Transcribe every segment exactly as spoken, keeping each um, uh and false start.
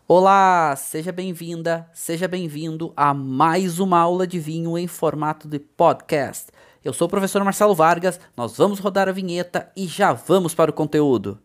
Olá, seja bem-vinda, seja bem-vindo a mais uma aula de vinho em formato de podcast. Eu sou o professor Marcelo Vargas, nós vamos rodar a vinheta e já vamos para o conteúdo.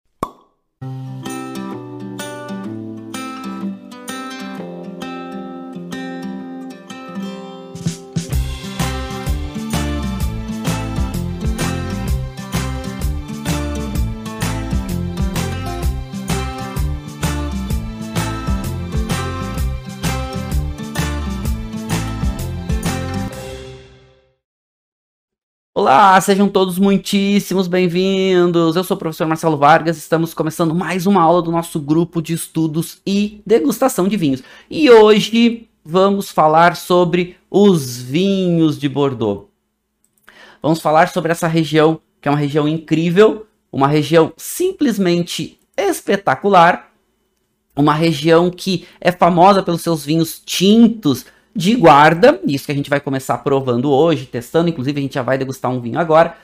Olá, sejam todos muitíssimos bem-vindos. Eu sou o professor Marcelo Vargas, estamos começando mais uma aula do nosso grupo de estudos e degustação de vinhos. E hoje vamos falar sobre os vinhos de Bordeaux. Vamos falar sobre essa região, que é uma região incrível, uma região simplesmente espetacular, uma região que é famosa pelos seus vinhos tintos de guarda, isso que a gente vai começar provando hoje, testando, inclusive a gente já vai degustar um vinho agora.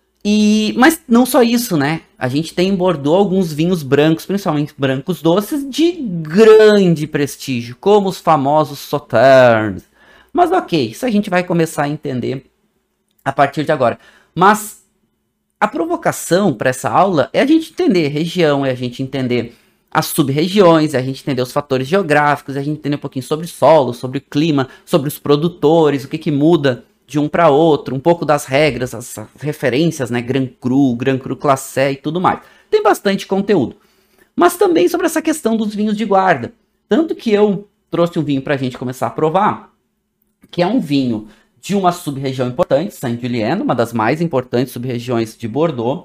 E mas não só isso, né? A gente tem em Bordeaux alguns vinhos brancos, principalmente brancos doces, de grande prestígio, como os famosos Sauternes. Mas ok, isso a gente vai começar a entender a partir de agora. Mas a provocação para essa aula é a gente entender região, é a gente entender as sub-regiões, a gente entender os fatores geográficos, a gente entender um pouquinho sobre solo, sobre o clima, sobre os produtores, o que, que muda de um para outro, um pouco das regras, as referências, né, Grand Cru, Grand Cru Classé e tudo mais. Tem bastante conteúdo. Mas também sobre essa questão dos vinhos de guarda. Tanto que eu trouxe um vinho para a gente começar a provar, que é um vinho de uma sub-região importante, Saint-Julien, uma das mais importantes sub-regiões de Bordeaux.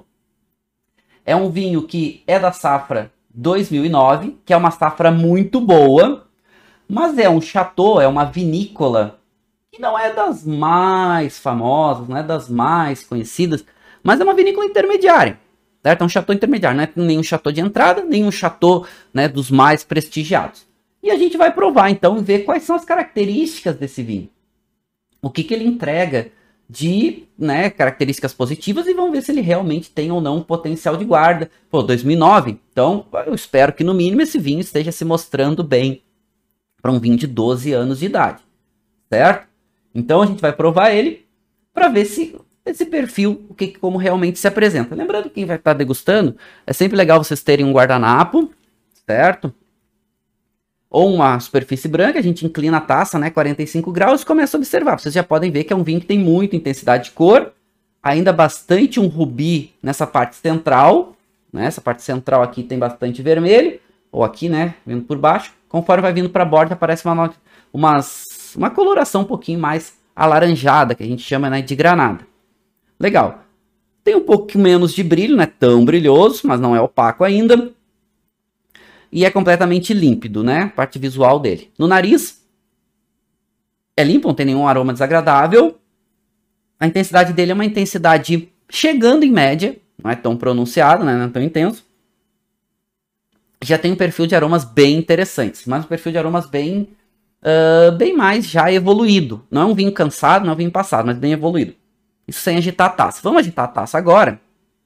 É um vinho que é da safra dois mil e nove, que é uma safra muito boa, mas é um chateau, é uma vinícola que não é das mais famosas, não é das mais conhecidas, mas é uma vinícola intermediária, certo? É um chateau intermediário, não é nem um chateau de entrada, nem um chateau, né, dos mais prestigiados. E a gente vai provar então e ver quais são as características desse vinho, o que, que ele entrega de, né, características positivas, e vamos ver se ele realmente tem ou não um potencial de guarda. Pô, dois mil e nove, então eu espero que no mínimo esse vinho esteja se mostrando bem para um vinho de doze anos de idade, certo? Então a gente vai provar ele para ver se esse perfil, o que, como realmente se apresenta. Lembrando que quem vai estar degustando, é sempre legal vocês terem um guardanapo, certo? Ou uma superfície branca, a gente inclina a taça, né, quarenta e cinco graus, e começa a observar. Vocês já podem ver que é um vinho que tem muita intensidade de cor, ainda bastante um rubi nessa parte central, né, essa parte central aqui tem bastante vermelho, ou aqui, né, vindo por baixo. Conforme vai vindo para a borda, aparece uma, umas, uma coloração um pouquinho mais alaranjada, que a gente chama, né, de granada. Legal. Tem um pouco menos de brilho, não é tão brilhoso, mas não é opaco ainda. E é completamente límpido, né? A parte visual dele. No nariz, é limpo, não tem nenhum aroma desagradável. A intensidade dele é uma intensidade chegando em média. Não é tão pronunciado, né? Não é tão intenso. Já tem um perfil de aromas bem interessantes. Mas um perfil de aromas bem, uh, bem mais já evoluído. Não é um vinho cansado, não é um vinho passado, mas bem evoluído. Isso sem agitar a taça. Vamos agitar a taça agora.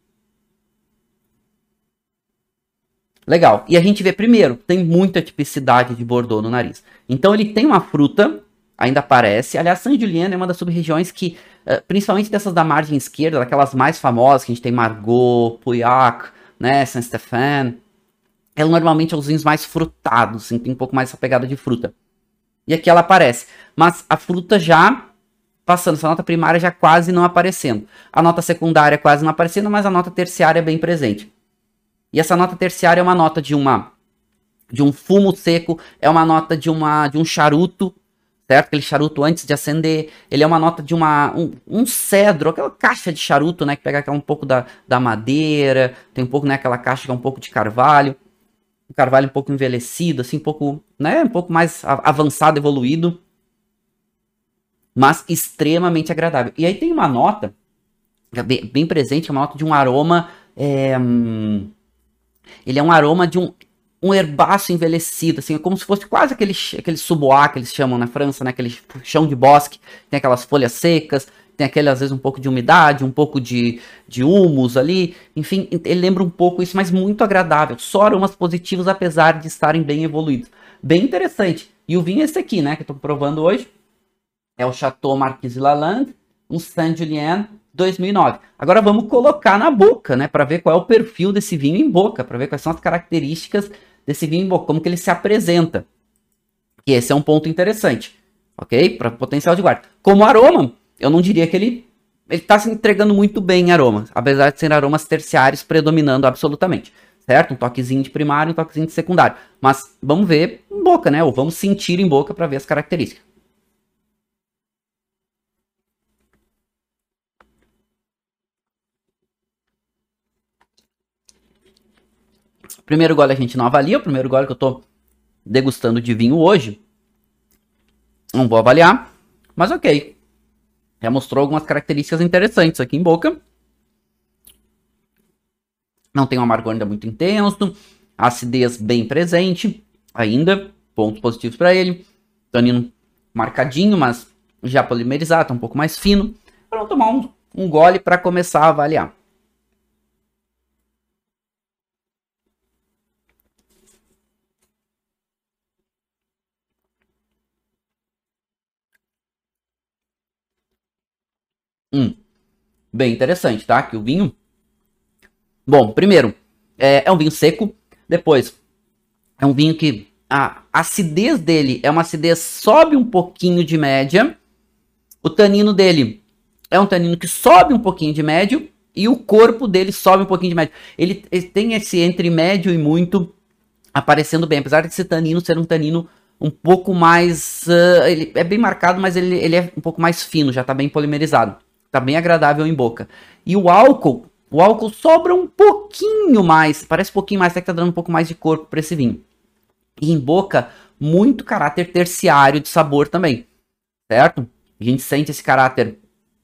Legal. E a gente vê primeiro, tem muita tipicidade de Bordeaux no nariz. Então ele tem uma fruta, ainda aparece. Aliás, Saint-Julien é uma das sub-regiões que, principalmente dessas da margem esquerda, daquelas mais famosas, que a gente tem Margaux, Pauillac, né, Saint-Stéphane. Ela normalmente é os vinhos mais frutados, assim, tem um pouco mais essa pegada de fruta. E aqui ela aparece. Mas a fruta já passando, essa nota primária já quase não aparecendo. A nota secundária quase não aparecendo, mas a nota terciária é bem presente. E essa nota terciária é uma nota de uma de um fumo seco, é uma nota de uma de um charuto, certo? Aquele charuto antes de acender. Ele é uma nota de uma um, um cedro, aquela caixa de charuto, né, que pega aquela, um pouco da, da madeira, tem um pouco, né, aquela caixa que é um pouco de carvalho, um carvalho um pouco envelhecido, assim, um pouco, né, um pouco mais avançado, evoluído, mas extremamente agradável. E aí tem uma nota bem, bem presente, uma nota de um aroma, é, hum, ele é um aroma de um, um herbáceo envelhecido, assim, é como se fosse quase aquele, aquele suboá que eles chamam na França, né, aquele chão de bosque, tem aquelas folhas secas, tem aquele, às vezes, um pouco de umidade, um pouco de, de humus ali, enfim, ele lembra um pouco isso, mas muito agradável, só aromas positivos, apesar de estarem bem evoluídos. Bem interessante. E o vinho é esse aqui, né, que eu tô provando hoje, é o Chateau Marquise Lalande, um Saint-Julien dois mil e nove. Agora vamos colocar na boca, né, para ver qual é o perfil desse vinho em boca, para ver quais são as características desse vinho em boca, como que ele se apresenta. E esse é um ponto interessante, ok? Para potencial de guarda. Como aroma, eu não diria que ele ele está se entregando muito bem em aromas, apesar de ser aromas terciários predominando absolutamente, certo? Um toquezinho de primário, um toquezinho de secundário. Mas vamos ver em boca, né? Ou vamos sentir em boca para ver as características. Primeiro gole a gente não avalia, o primeiro gole que eu tô degustando de vinho hoje. Não vou avaliar, mas ok. Já mostrou algumas características interessantes aqui em boca. Não tem um amargor ainda muito intenso, acidez bem presente ainda, pontos positivos para ele. Tanino marcadinho, mas já polimerizado, tá um pouco mais fino. Vamos tomar um, um gole para começar a avaliar. Hum, bem interessante, tá? Que o vinho... Bom, primeiro, é, é um vinho seco. Depois, é um vinho que a acidez dele é uma acidez sobe um pouquinho de média. O tanino dele é um tanino que sobe um pouquinho de médio. E o corpo dele sobe um pouquinho de médio. Ele, ele tem esse entre médio e muito aparecendo bem. Apesar desse tanino ser um tanino um pouco mais... Uh, ele é bem marcado, mas ele, ele é um pouco mais fino. Já tá bem polimerizado. Tá bem agradável em boca. E o álcool... O álcool sobra um pouquinho mais, parece um pouquinho mais, até que tá dando um pouco mais de corpo para esse vinho. E em boca, muito caráter terciário de sabor também, certo? A gente sente esse caráter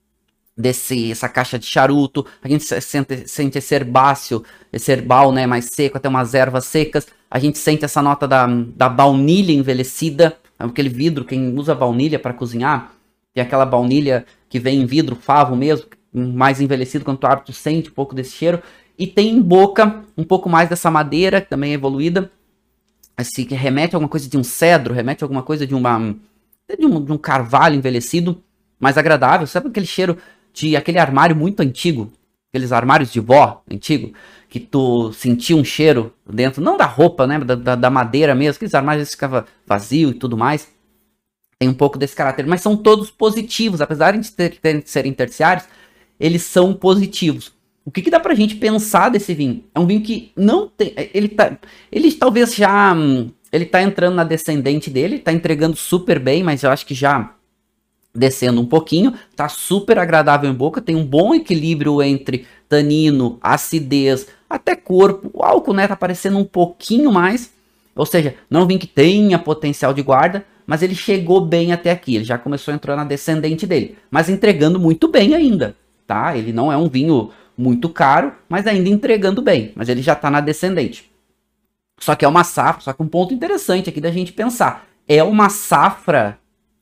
desse, essa caixa de charuto, a gente sente, sente esse herbáceo, esse herbal, né, mais seco, até umas ervas secas. A gente sente essa nota da, da baunilha envelhecida, aquele vidro, quem usa baunilha para cozinhar, tem aquela baunilha que vem em vidro, favo mesmo, mais envelhecido, quando tu abre, tu sente um pouco desse cheiro. E tem em boca um pouco mais dessa madeira, que também é evoluída. Assim, que remete a alguma coisa de um cedro, remete a alguma coisa de, uma, de, um, de um carvalho envelhecido, mais agradável. Sabe aquele cheiro de aquele armário muito antigo? Aqueles armários de vó antigo, que tu sentia um cheiro dentro, não da roupa, né, da, da, da madeira mesmo. Aqueles armários ficavam vazios e tudo mais. Tem um pouco desse caráter, mas são todos positivos, apesar de, ter, de serem terciários. Eles são positivos. O que, que dá pra gente pensar desse vinho? É um vinho que não tem... Ele, tá, ele talvez já... Ele tá entrando na descendente dele, tá entregando super bem, mas eu acho que já descendo um pouquinho. Tá super agradável em boca, tem um bom equilíbrio entre tanino, acidez, até corpo. O álcool, né, tá parecendo um pouquinho mais. Ou seja, não é um vinho que tenha potencial de guarda, mas ele chegou bem até aqui. Ele já começou a entrar na descendente dele, mas entregando muito bem ainda. Tá? Ele não é um vinho muito caro, mas ainda entregando bem. Mas ele já está na descendente. Só que é uma safra, só que um ponto interessante aqui da gente pensar. É uma safra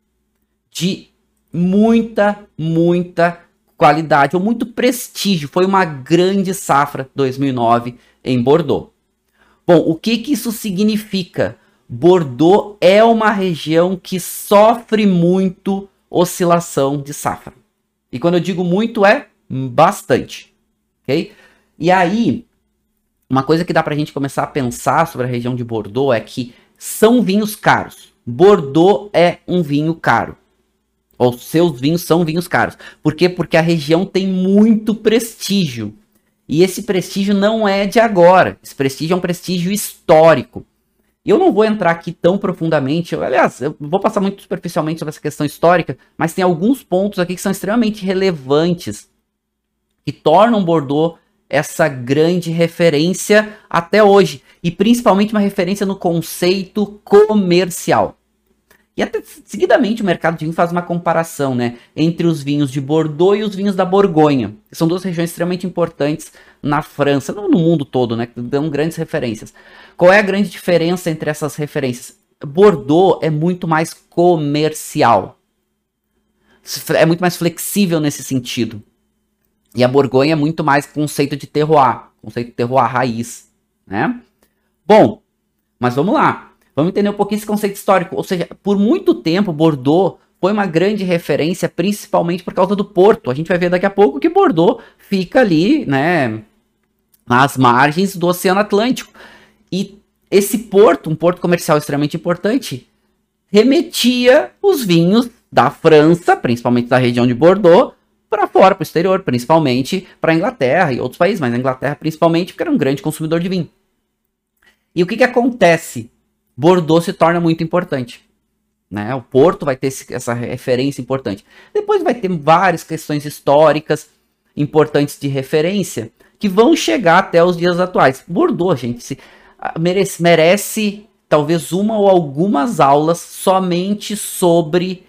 de muita, muita qualidade, ou muito prestígio. Foi uma grande safra dois mil e nove em Bordeaux. Bom, o que que isso significa? Bordeaux é uma região que sofre muito oscilação de safra. E quando eu digo muito, é bastante, ok? E aí, uma coisa que dá pra gente começar a pensar sobre a região de Bordeaux é que são vinhos caros. Bordeaux é um vinho caro. Ou seus vinhos são vinhos caros. Por quê? Porque a região tem muito prestígio. E esse prestígio não é de agora. Esse prestígio é um prestígio histórico. Eu não vou entrar aqui tão profundamente, eu, aliás, eu vou passar muito superficialmente sobre essa questão histórica, mas tem alguns pontos aqui que são extremamente relevantes, que tornam Bordeaux essa grande referência até hoje, e principalmente uma referência no conceito comercial. E até seguidamente o mercado de vinho faz uma comparação, né, entre os vinhos de Bordeaux e os vinhos da Borgonha, que são duas regiões extremamente importantes na França, no mundo todo, né, que dão grandes referências. Qual é a grande diferença entre essas referências? Bordeaux é muito mais comercial. é muito mais flexível nesse sentido. E a Borgonha é muito mais conceito de terroir, conceito de terroir raiz, né? Bom, mas vamos lá. Vamos entender um pouquinho esse conceito histórico. Ou seja, por muito tempo, Bordeaux foi uma grande referência, principalmente por causa do porto. A gente vai ver daqui a pouco que Bordeaux fica ali, né, nas margens do Oceano Atlântico. E esse porto, um porto comercial extremamente importante, remetia os vinhos da França, principalmente da região de Bordeaux, para fora, para o exterior, principalmente para a Inglaterra e outros países, mas a Inglaterra principalmente porque era um grande consumidor de vinho. E o que, que acontece? Bordeaux se torna muito importante. Né? O porto vai ter esse, essa referência importante. Depois vai ter várias questões históricas importantes de referência que vão chegar até os dias atuais. Bordeaux, gente, se, merece, merece talvez uma ou algumas aulas somente sobre...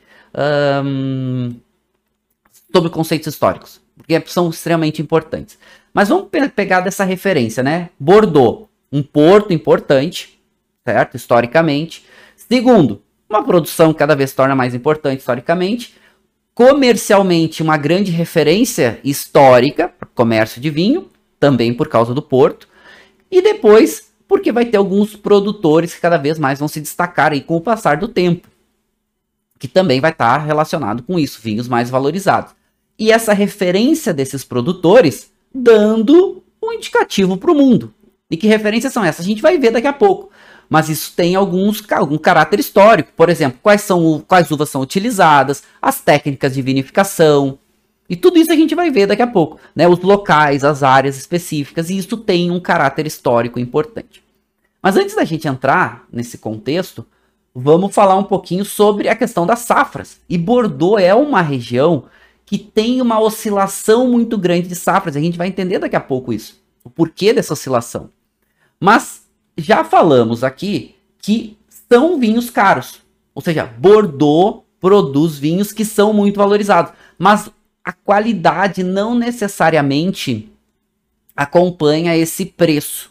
Um, sobre conceitos históricos, porque são extremamente importantes. Mas vamos pe pegar dessa referência, né? Bordeaux, um porto importante, certo? Historicamente. Segundo, uma produção que cada vez se torna mais importante historicamente. Comercialmente, uma grande referência histórica para o comércio de vinho, também por causa do porto. E depois, porque vai ter alguns produtores que cada vez mais vão se destacar aí com o passar do tempo, que também vai estar relacionado com isso, vinhos mais valorizados. E essa referência desses produtores dando um indicativo para o mundo. E que referências são essas? A gente vai ver daqui a pouco. Mas isso tem alguns, algum caráter histórico. Por exemplo, quais, são, quais uvas são utilizadas, as técnicas de vinificação. E tudo isso a gente vai ver daqui a pouco. Né? Os locais, as áreas específicas. E isso tem um caráter histórico importante. Mas antes da gente entrar nesse contexto, vamos falar um pouquinho sobre a questão das safras. E Bordeaux é uma região que tem uma oscilação muito grande de safras. A gente vai entender daqui a pouco isso. O porquê dessa oscilação. Mas já falamos aqui que são vinhos caros. Ou seja, Bordeaux produz vinhos que são muito valorizados. Mas a qualidade não necessariamente acompanha esse preço.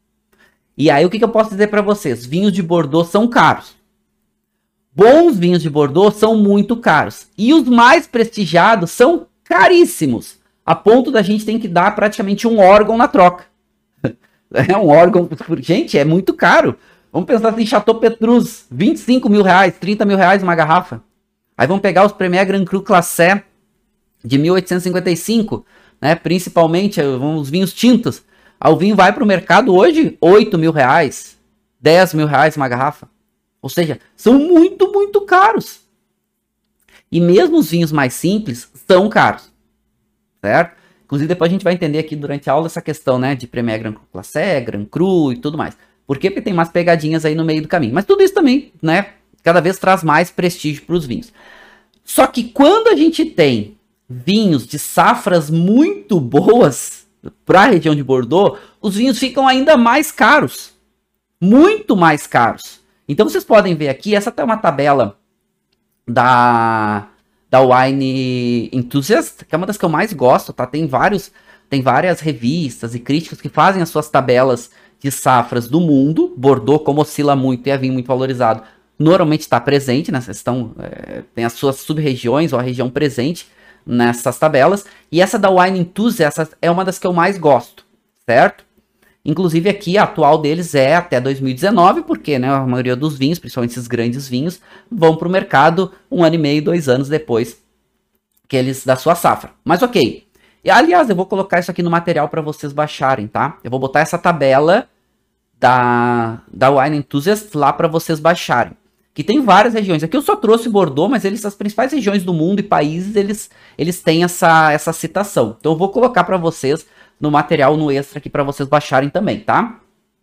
E aí o que, que eu posso dizer para vocês? Vinhos de Bordeaux são caros. Bons vinhos de Bordeaux são muito caros. E os mais prestigiados são caríssimos. A ponto da gente ter que dar praticamente um órgão na troca. É um órgão... Gente, é muito caro. Vamos pensar assim, Chateau Petrus, vinte e cinco mil reais, trinta mil reais uma garrafa. Aí vamos pegar os Premier Grand Cru Classé de mil oitocentos e cinquenta e cinco, né? Principalmente os vinhos tintos. Aí o vinho vai para o mercado hoje, oito mil reais, dez mil reais uma garrafa. Ou seja, são muito, muito caros. E mesmo os vinhos mais simples são caros. Certo? Inclusive depois a gente vai entender aqui durante a aula essa questão, né, de Premier Grand Cru Classé, Grand Cru e tudo mais. Por quê? Porque tem umas pegadinhas aí no meio do caminho. Mas tudo isso também, né, cada vez traz mais prestígio para os vinhos. Só que quando a gente tem vinhos de safras muito boas para a região de Bordeaux, os vinhos ficam ainda mais caros. Muito mais caros. Então vocês podem ver aqui, essa tá uma tabela da, da Wine Enthusiast, que é uma das que eu mais gosto, tá? Tem, vários, tem várias revistas e críticos que fazem as suas tabelas de safras do mundo. Bordeaux, como oscila muito e é vinho muito valorizado, normalmente está presente, né? Estão, é, tem as suas sub-regiões ou a região presente nessas tabelas. E essa da Wine Enthusiast, essa é uma das que eu mais gosto, certo? Inclusive aqui a atual deles é até dois mil e dezenove, porque, né, a maioria dos vinhos, principalmente esses grandes vinhos, vão para o mercado um ano e meio, dois anos depois que eles da sua safra. Mas ok. E, aliás, eu vou colocar isso aqui no material para vocês baixarem, tá? Eu vou botar essa tabela da, da Wine Enthusiast lá para vocês baixarem. Que tem várias regiões. Aqui eu só trouxe Bordeaux, mas eles, as principais regiões do mundo e países, eles, eles têm essa, essa citação. Então eu vou colocar para vocês no material, no extra aqui para vocês baixarem também, tá?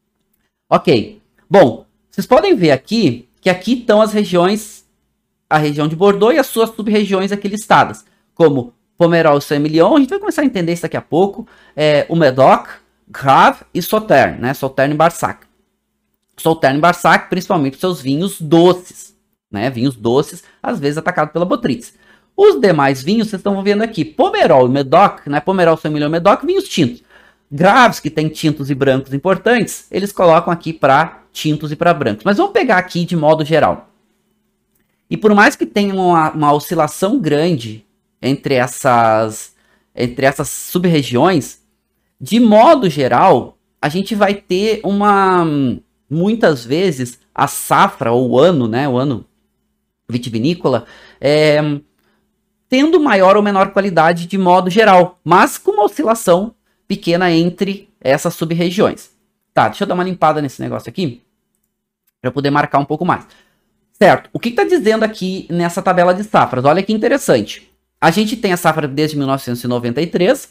Ok. Bom, vocês podem ver aqui que aqui estão as regiões, a região de Bordeaux e as suas sub-regiões aqui listadas, como Pomerol e Saint-Emilion. A gente vai começar a entender isso daqui a pouco. É, o Médoc, Grave e Sauternes, né? Sauternes e Barsac. Sauternes e Barsac, principalmente seus vinhos doces, né? Vinhos doces, às vezes atacados pela botrytis. Os demais vinhos, vocês estão vendo aqui, Pomerol e Médoc, né? Pomerol, Saint-Emilion e Médoc, vinhos tintos. Graves, que tem tintos e brancos importantes, eles colocam aqui para tintos e para brancos. Mas vamos pegar aqui de modo geral. E por mais que tenha uma, uma oscilação grande entre essas, entre essas sub-regiões, de modo geral, a gente vai ter uma, muitas vezes, a safra, ou o ano, né, o ano vitivinícola, é, tendo maior ou menor qualidade de modo geral, mas com uma oscilação pequena entre essas sub-regiões. Tá, deixa eu dar uma limpada nesse negócio aqui, para poder marcar um pouco mais. Certo, o que está dizendo aqui nessa tabela de safras? Olha que interessante. A gente tem a safra desde mil novecentos e noventa e três,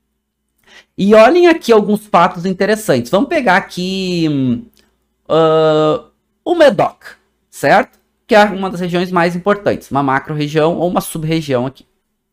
e olhem aqui alguns fatos interessantes. Vamos pegar aqui uh, o Medoc, certo? Que é uma das regiões mais importantes, uma macro-região ou uma sub-região aqui.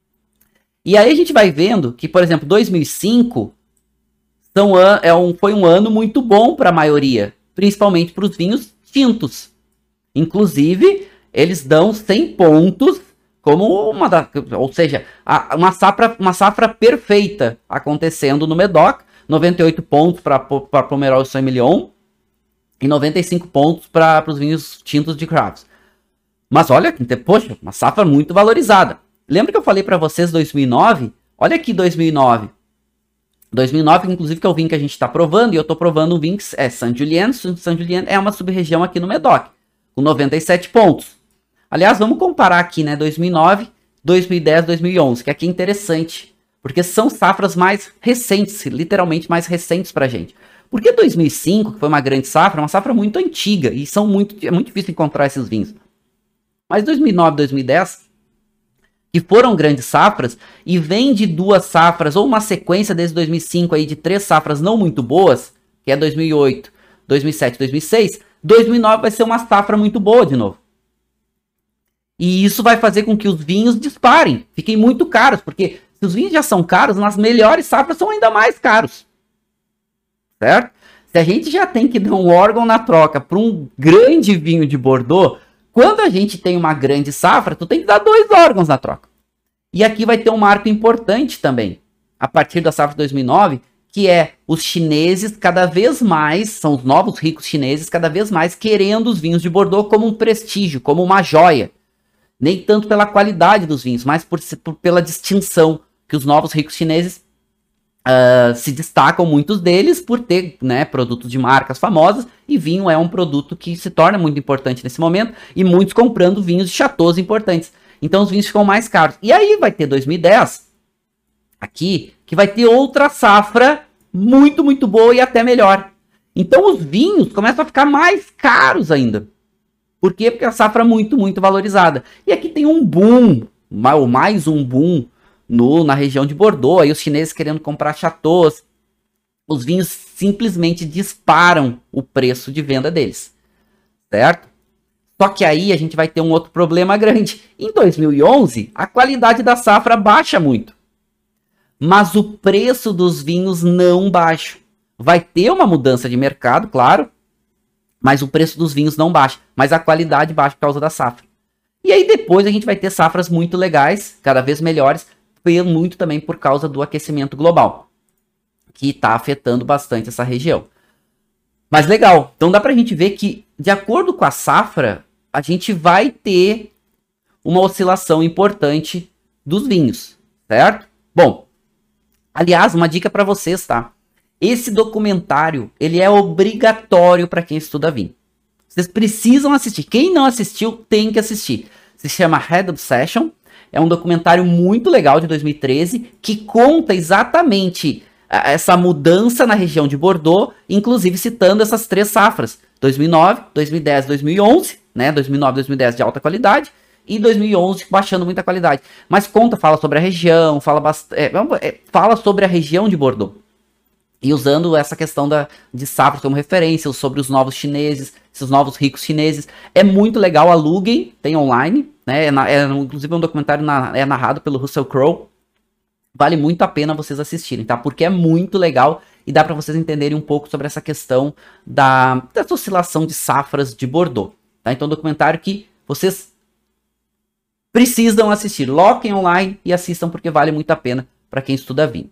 E aí a gente vai vendo que, por exemplo, dois mil e cinco são, é um, foi um ano muito bom para a maioria, principalmente para os vinhos tintos. Inclusive, eles dão cem pontos como uma da, ou seja, uma safra, uma safra perfeita acontecendo no Medoc, noventa e oito pontos para Pomerol e Sauvignon e noventa e cinco pontos para os vinhos tintos de Cravos. Mas olha, poxa, uma safra muito valorizada. Lembra que eu falei para vocês dois mil e nove? Olha aqui dois mil e nove. dois mil e nove, inclusive, que é o vinho que a gente está provando, e eu estou provando um vinho que é Saint-Julien. Saint-Julien é uma sub-região aqui no Medoc, com noventa e sete pontos. Aliás, vamos comparar aqui, né, dois mil e nove, dois mil e dez, dois mil e onze, que aqui é interessante, porque são safras mais recentes, literalmente mais recentes pra gente. Porque dois mil e cinco, que foi uma grande safra, é uma safra muito antiga, e são muito, é muito difícil encontrar esses vinhos. Mas dois mil e nove, dois mil e dez, que foram grandes safras, e vem de duas safras, ou uma sequência desde dois mil e cinco aí, de três safras não muito boas, que é dois mil e oito, dois mil e sete, dois mil e seis, dois mil e nove vai ser uma safra muito boa de novo. E isso vai fazer com que os vinhos disparem, fiquem muito caros, porque se os vinhos já são caros, nas melhores safras são ainda mais caros. Certo? Se a gente já tem que dar um órgão na troca para um grande vinho de Bordeaux, quando a gente tem uma grande safra, tu tem que dar dois órgãos na troca. E aqui vai ter um marco importante também, a partir da safra de dois mil e nove, que é os chineses cada vez mais, são os novos ricos chineses, cada vez mais querendo os vinhos de Bordeaux como um prestígio, como uma joia. Nem tanto pela qualidade dos vinhos, mas por, por, pela distinção que os novos ricos chineses uh, se destacam, muitos deles, por ter, né, produtos de marcas famosas, e vinho é um produto que se torna muito importante nesse momento, e muitos comprando vinhos de chateaus importantes. Então os vinhos ficam mais caros. E aí vai ter dois mil e dez, aqui, que vai ter outra safra muito, muito boa e até melhor. Então os vinhos começam a ficar mais caros ainda. Por quê? Porque a safra é muito, muito valorizada. E aqui tem um boom, ou mais um boom, no, na região de Bordeaux. Aí os chineses querendo comprar chateaus. Os vinhos simplesmente disparam o preço de venda deles. Certo? Só que aí a gente vai ter um outro problema grande. Em dois mil e onze, a qualidade da safra baixa muito. Mas o preço dos vinhos não baixa. Vai ter uma mudança de mercado, claro. Mas o preço dos vinhos não baixa, mas a qualidade baixa por causa da safra. E aí depois a gente vai ter safras muito legais, cada vez melhores, muito também por causa do aquecimento global, que está afetando bastante essa região. Mas legal, então dá pra gente ver que, de acordo com a safra, a gente vai ter uma oscilação importante dos vinhos, certo? Bom, aliás, uma dica para vocês, tá? Esse documentário, ele é obrigatório para quem estuda vinho. Vocês precisam assistir. Quem não assistiu, tem que assistir. Se chama Head Obsession. É um documentário muito legal de dois mil e treze, que conta exatamente essa mudança na região de Bordeaux, inclusive citando essas três safras. dois mil e nove, dois mil e dez, dois mil e onze, né? dois mil e nove, dois mil e dez de alta qualidade, e dois mil e onze baixando muita qualidade. Mas conta, fala sobre a região, fala, bast... é, é, fala sobre a região de Bordeaux. E usando essa questão da, de safra como referência, sobre os novos chineses, esses novos ricos chineses. É muito legal, aluguem, tem online, né? É, é, inclusive é um documentário na, é narrado pelo Russell Crowe. Vale muito a pena vocês assistirem, tá? Porque é muito legal e dá para vocês entenderem um pouco sobre essa questão da, dessa oscilação de safras de Bordeaux. Tá? Então, é um documentário que vocês precisam assistir. Loquem online e assistam porque vale muito a pena para quem estuda vinho.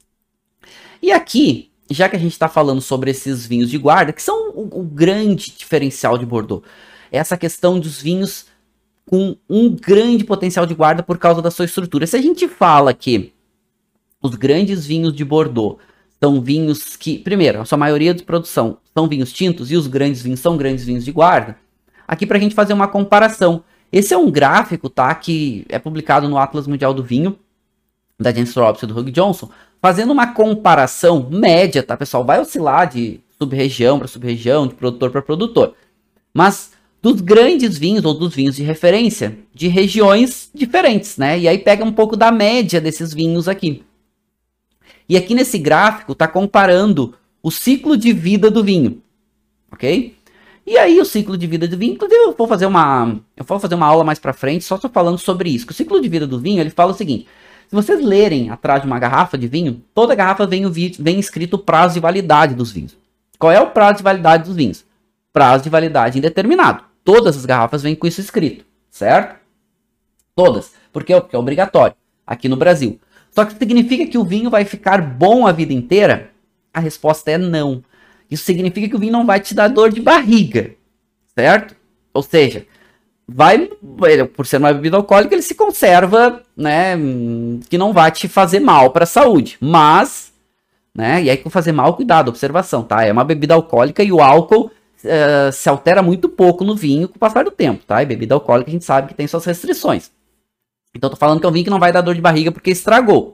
E aqui, já que a gente está falando sobre esses vinhos de guarda, que são o, o grande diferencial de Bordeaux, é essa questão dos vinhos com um grande potencial de guarda por causa da sua estrutura. Se a gente fala que os grandes vinhos de Bordeaux são vinhos que, primeiro, a sua maioria de produção são vinhos tintos e os grandes vinhos são grandes vinhos de guarda, aqui para a gente fazer uma comparação. Esse é um gráfico, tá, que é publicado no Atlas Mundial do Vinho, da James Robson e do Hugh Johnson, fazendo uma comparação média, tá, pessoal? Vai oscilar de sub-região para sub-região, de produtor para produtor. Mas dos grandes vinhos ou dos vinhos de referência de regiões diferentes, né? E aí pega um pouco da média desses vinhos aqui. E aqui nesse gráfico tá comparando o ciclo de vida do vinho, ok? E aí o ciclo de vida do vinho, inclusive eu vou fazer uma, eu vou fazer uma aula mais para frente só tô falando sobre isso. Que o ciclo de vida do vinho, ele fala o seguinte: se vocês lerem atrás de uma garrafa de vinho, toda garrafa vem, vem escrito o prazo de validade dos vinhos. Qual é o prazo de validade dos vinhos? Prazo de validade indeterminado. Todas as garrafas vêm com isso escrito, certo? Todas. Por quê? Porque é obrigatório aqui no Brasil. Só que significa que o vinho vai ficar bom a vida inteira? A resposta é não. Isso significa que o vinho não vai te dar dor de barriga, certo? Ou seja, vai, por ser uma bebida alcoólica, ele se conserva, né, que não vai te fazer mal para a saúde. Mas, né, e aí com fazer mal, cuidado, observação, tá? É uma bebida alcoólica e o álcool uh, se altera muito pouco no vinho com o passar do tempo, tá? E bebida alcoólica a gente sabe que tem suas restrições. Então tô falando que é um vinho que não vai dar dor de barriga porque estragou.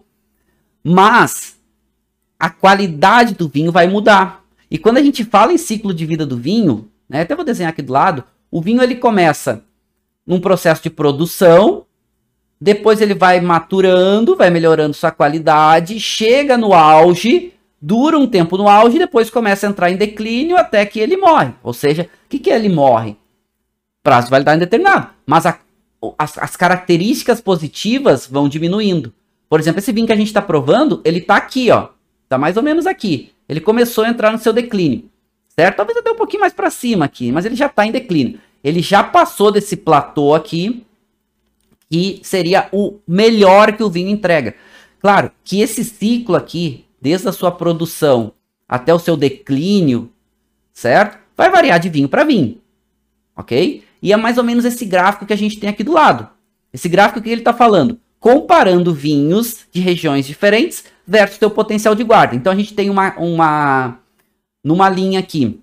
Mas a qualidade do vinho vai mudar. E quando a gente fala em ciclo de vida do vinho, né, até vou desenhar aqui do lado, o vinho ele começa num processo de produção, depois ele vai maturando, vai melhorando sua qualidade, chega no auge, dura um tempo no auge, depois começa a entrar em declínio até que ele morre. Ou seja, o que, que ele morre? Prazo de validade indeterminado. Mas a, as, as características positivas vão diminuindo. Por exemplo, esse vinho que a gente está provando, ele está aqui, ó. Está mais ou menos aqui. Ele começou a entrar no seu declínio, certo? Talvez até um pouquinho mais para cima aqui, mas ele já está em declínio. Ele já passou desse platô aqui, que seria o melhor que o vinho entrega. Claro que esse ciclo aqui, desde a sua produção até o seu declínio, certo? Vai variar de vinho para vinho, ok? E é mais ou menos esse gráfico que a gente tem aqui do lado. Esse gráfico que ele está falando, comparando vinhos de regiões diferentes versus seu potencial de guarda. Então a gente tem uma, uma numa linha aqui,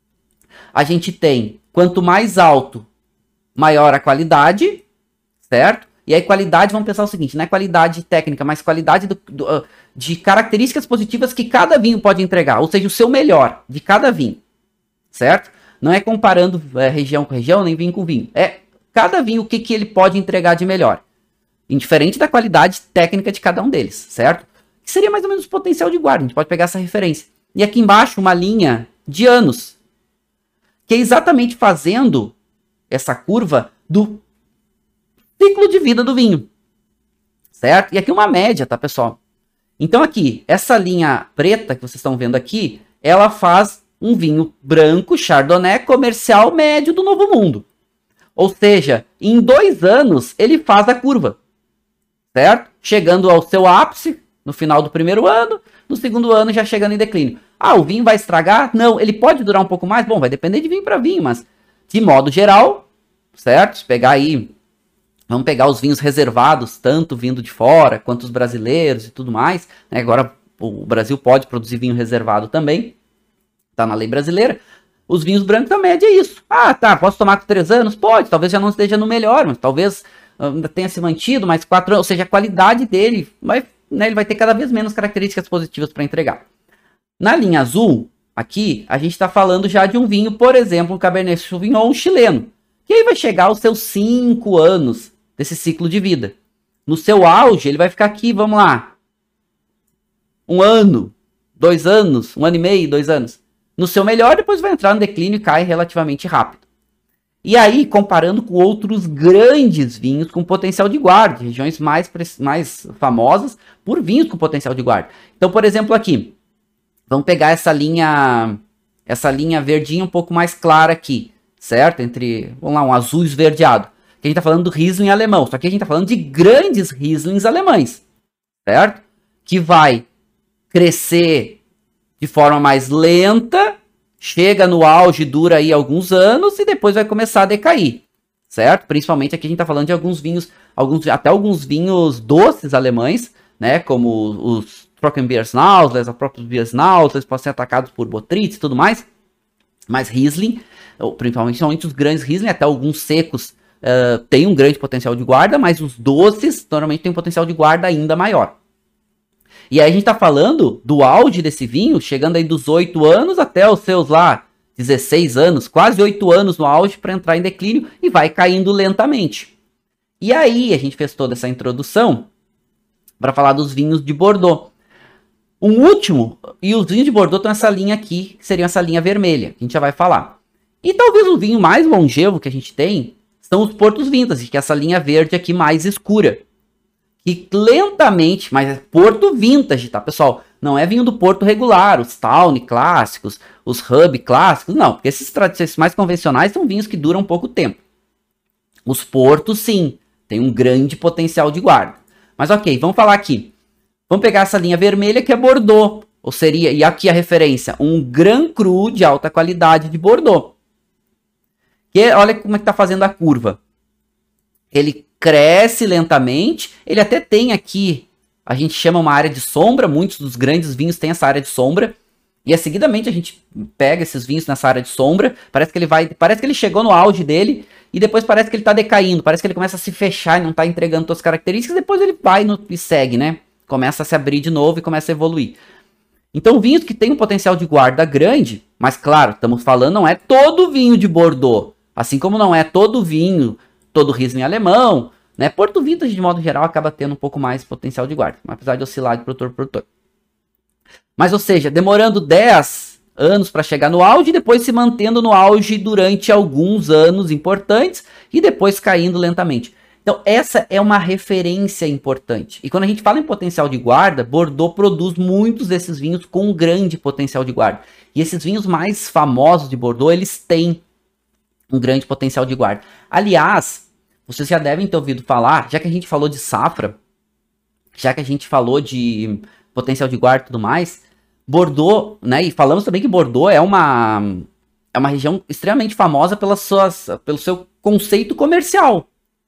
a gente tem quanto mais alto, maior a qualidade, certo? E aí qualidade, vamos pensar o seguinte, não é qualidade técnica, mas qualidade do, do, uh, de características positivas que cada vinho pode entregar, ou seja, o seu melhor de cada vinho, certo? Não é comparando é, região com região, nem vinho com vinho. É cada vinho o que, que ele pode entregar de melhor, indiferente da qualidade técnica de cada um deles, certo? Que seria mais ou menos o potencial de guarda, a gente pode pegar essa referência. E aqui embaixo uma linha de anos, que é exatamente fazendo essa curva do ciclo de vida do vinho, certo? E aqui uma média, tá, pessoal? Então aqui, essa linha preta que vocês estão vendo aqui, ela faz um vinho branco, chardonnay, comercial médio do Novo Mundo. Ou seja, em dois anos ele faz a curva, certo? Chegando ao seu ápice no final do primeiro ano, no segundo ano já chegando em declínio. Ah, o vinho vai estragar? Não, ele pode durar um pouco mais? Bom, vai depender de vinho para vinho, mas de modo geral, certo? Se pegar aí, vamos pegar os vinhos reservados, tanto vindo de fora, quanto os brasileiros e tudo mais, né? Agora o Brasil pode produzir vinho reservado também, tá na lei brasileira. Os vinhos brancos, a média é isso. Ah, tá, posso tomar com três anos? Pode, talvez já não esteja no melhor, mas talvez ainda tenha se mantido mais quatro anos, ou seja, a qualidade dele vai, né, ele vai ter cada vez menos características positivas para entregar. Na linha azul, aqui, a gente está falando já de um vinho, por exemplo, um Cabernet Sauvignon chileno, que aí vai chegar aos seus cinco anos desse ciclo de vida. No seu auge, ele vai ficar aqui, vamos lá, um ano, dois anos, um ano e meio, dois anos. No seu melhor, depois vai entrar no declínio e cai relativamente rápido. E aí, comparando com outros grandes vinhos com potencial de guarda, regiões mais, mais famosas por vinhos com potencial de guarda. Então, por exemplo, aqui, vamos pegar essa linha, essa linha verdinha um pouco mais clara aqui, certo? Entre, vamos lá, um azul esverdeado. Que a gente está falando do Riesling alemão, só que a gente está falando de grandes Rieslings alemães, certo? Que vai crescer de forma mais lenta, chega no auge, dura aí alguns anos e depois vai começar a decair, certo? Principalmente aqui a gente tá falando de alguns vinhos, alguns, até alguns vinhos doces alemães, né? Como os Trockenbeersnausler, os próprios Biersnausler, podem ser atacados por botrytis e tudo mais. Mas Riesling, principalmente os grandes Riesling, até alguns secos, uh, tem um grande potencial de guarda, mas os doces normalmente tem um potencial de guarda ainda maior. E aí a gente tá falando do auge desse vinho, chegando aí dos oito anos até os seus lá dezesseis anos, quase oito anos no auge para entrar em declínio e vai caindo lentamente. E aí a gente fez toda essa introdução para falar dos vinhos de Bordeaux. Um último, e os vinhos de Bordeaux estão nessa linha aqui, que seria essa linha vermelha, que a gente já vai falar. E talvez o vinho mais longevo que a gente tem são os Portos Vintage, que é essa linha verde aqui mais escura. Que lentamente, mas é Porto Vintage, tá, pessoal? Não é vinho do Porto regular, os Tawny clássicos, os Hub clássicos, não. Porque esses tradicionais mais convencionais são vinhos que duram pouco tempo. Os Portos, sim, tem um grande potencial de guarda. Mas ok, vamos falar aqui. Vamos pegar essa linha vermelha que é Bordeaux, ou seria, e aqui a referência, um Grand Cru de alta qualidade de Bordeaux. Que, olha como é que tá fazendo a curva. Ele cresce lentamente, ele até tem aqui, a gente chama uma área de sombra, muitos dos grandes vinhos têm essa área de sombra, e é seguidamente a gente pega esses vinhos nessa área de sombra, parece que ele vai, parece que ele chegou no auge dele, e depois parece que ele tá decaindo, parece que ele começa a se fechar e não tá entregando todas as características, depois ele vai no, e segue, né? Começa a se abrir de novo e começa a evoluir. Então vinhos que têm um potencial de guarda grande, mas claro, estamos falando, não é todo vinho de Bordeaux, assim como não é todo vinho, todo Riesling alemão, né? Porto Vintage de modo geral acaba tendo um pouco mais potencial de guarda, apesar de oscilar de produtor para produtor. Mas ou seja, demorando dez anos para chegar no auge, depois se mantendo no auge durante alguns anos importantes e depois caindo lentamente. Então, essa é uma referência importante. E quando a gente fala em potencial de guarda, Bordeaux produz muitos desses vinhos com um grande potencial de guarda. E esses vinhos mais famosos de Bordeaux, eles têm um grande potencial de guarda. Aliás, vocês já devem ter ouvido falar, já que a gente falou de safra, já que a gente falou de potencial de guarda e tudo mais, Bordeaux, né? E falamos também que Bordeaux é uma, é uma região extremamente famosa pelas suas, pelo seu conceito comercial.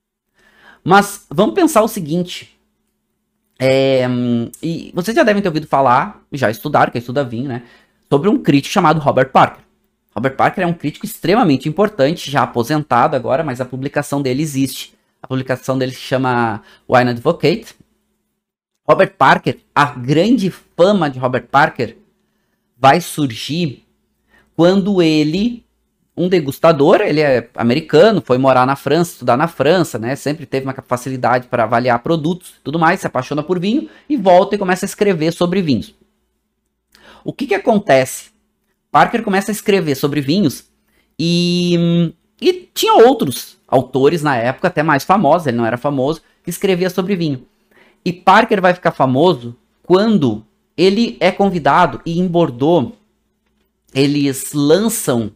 Mas vamos pensar o seguinte, é, e vocês já devem ter ouvido falar, já estudaram, que estuda vinho, né, sobre um crítico chamado Robert Parker. Robert Parker é um crítico extremamente importante, já aposentado agora, mas a publicação dele existe. A publicação dele se chama Wine Advocate. Robert Parker, a grande fama de Robert Parker vai surgir quando ele... Um degustador, ele é americano, foi morar na França, estudar na França, né? Sempre teve uma facilidade para avaliar produtos e tudo mais, se apaixona por vinho e volta e começa a escrever sobre vinhos. O que que acontece? Parker começa a escrever sobre vinhos e, e tinha outros autores na época, até mais famosos, ele não era famoso, que escrevia sobre vinho. E Parker vai ficar famoso quando ele é convidado e em Bordeaux eles lançam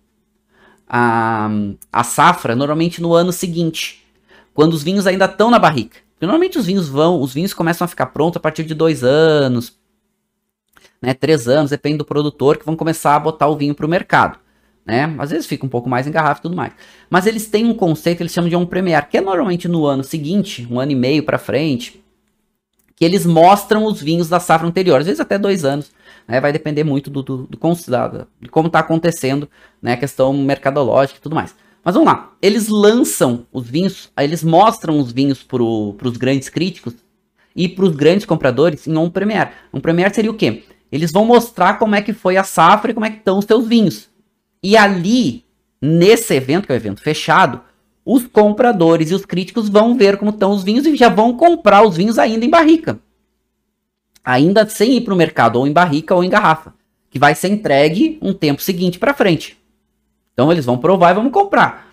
A, a safra normalmente no ano seguinte, quando os vinhos ainda estão na barrica. Normalmente os vinhos vão, os vinhos começam a ficar prontos a partir de dois anos, né, três anos, depende do produtor, que vão começar a botar o vinho para o mercado, né? Às vezes fica um pouco mais em garrafa e tudo mais. Mas eles têm um conceito, eles chamam de on premier, que é normalmente no ano seguinte, um ano e meio para frente, que eles mostram os vinhos da safra anterior, às vezes até dois anos. Né, vai depender muito do, do, do, do de como está acontecendo, né, a questão mercadológica e tudo mais. Mas vamos lá, eles lançam os vinhos, eles mostram os vinhos para os grandes críticos e para os grandes compradores em on premier. On premier seria o quê? Eles vão mostrar como é que foi a safra e como é que estão os seus vinhos. E ali, nesse evento, que é um evento fechado, os compradores e os críticos vão ver como estão os vinhos e já vão comprar os vinhos ainda em barrica. Ainda sem ir para o mercado, ou em barrica ou em garrafa, que vai ser entregue um tempo seguinte para frente. Então eles vão provar e vão comprar.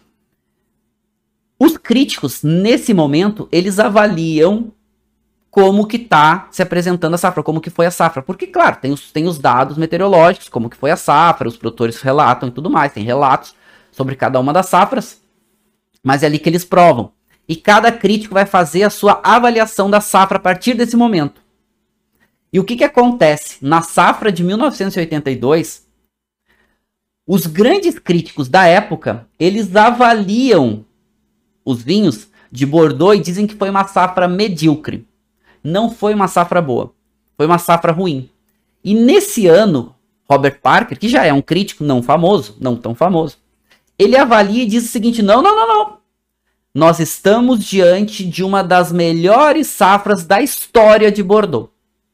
Os críticos, nesse momento, eles avaliam como que está se apresentando a safra, como que foi a safra. Porque, claro, tem os, tem os dados meteorológicos, como que foi a safra, os produtores relatam e tudo mais, tem relatos sobre cada uma das safras, mas é ali que eles provam. E cada crítico vai fazer a sua avaliação da safra a partir desse momento. E o que que acontece? Na safra de mil novecentos e oitenta e dois, os grandes críticos da época, eles avaliam os vinhos de Bordeaux e dizem que foi uma safra medíocre. Não foi uma safra boa. Foi uma safra ruim. E nesse ano, Robert Parker, que já é um crítico não famoso, não tão famoso, ele avalia e diz o seguinte, não, não, não, não. Nós estamos diante de uma das melhores safras da história de Bordeaux.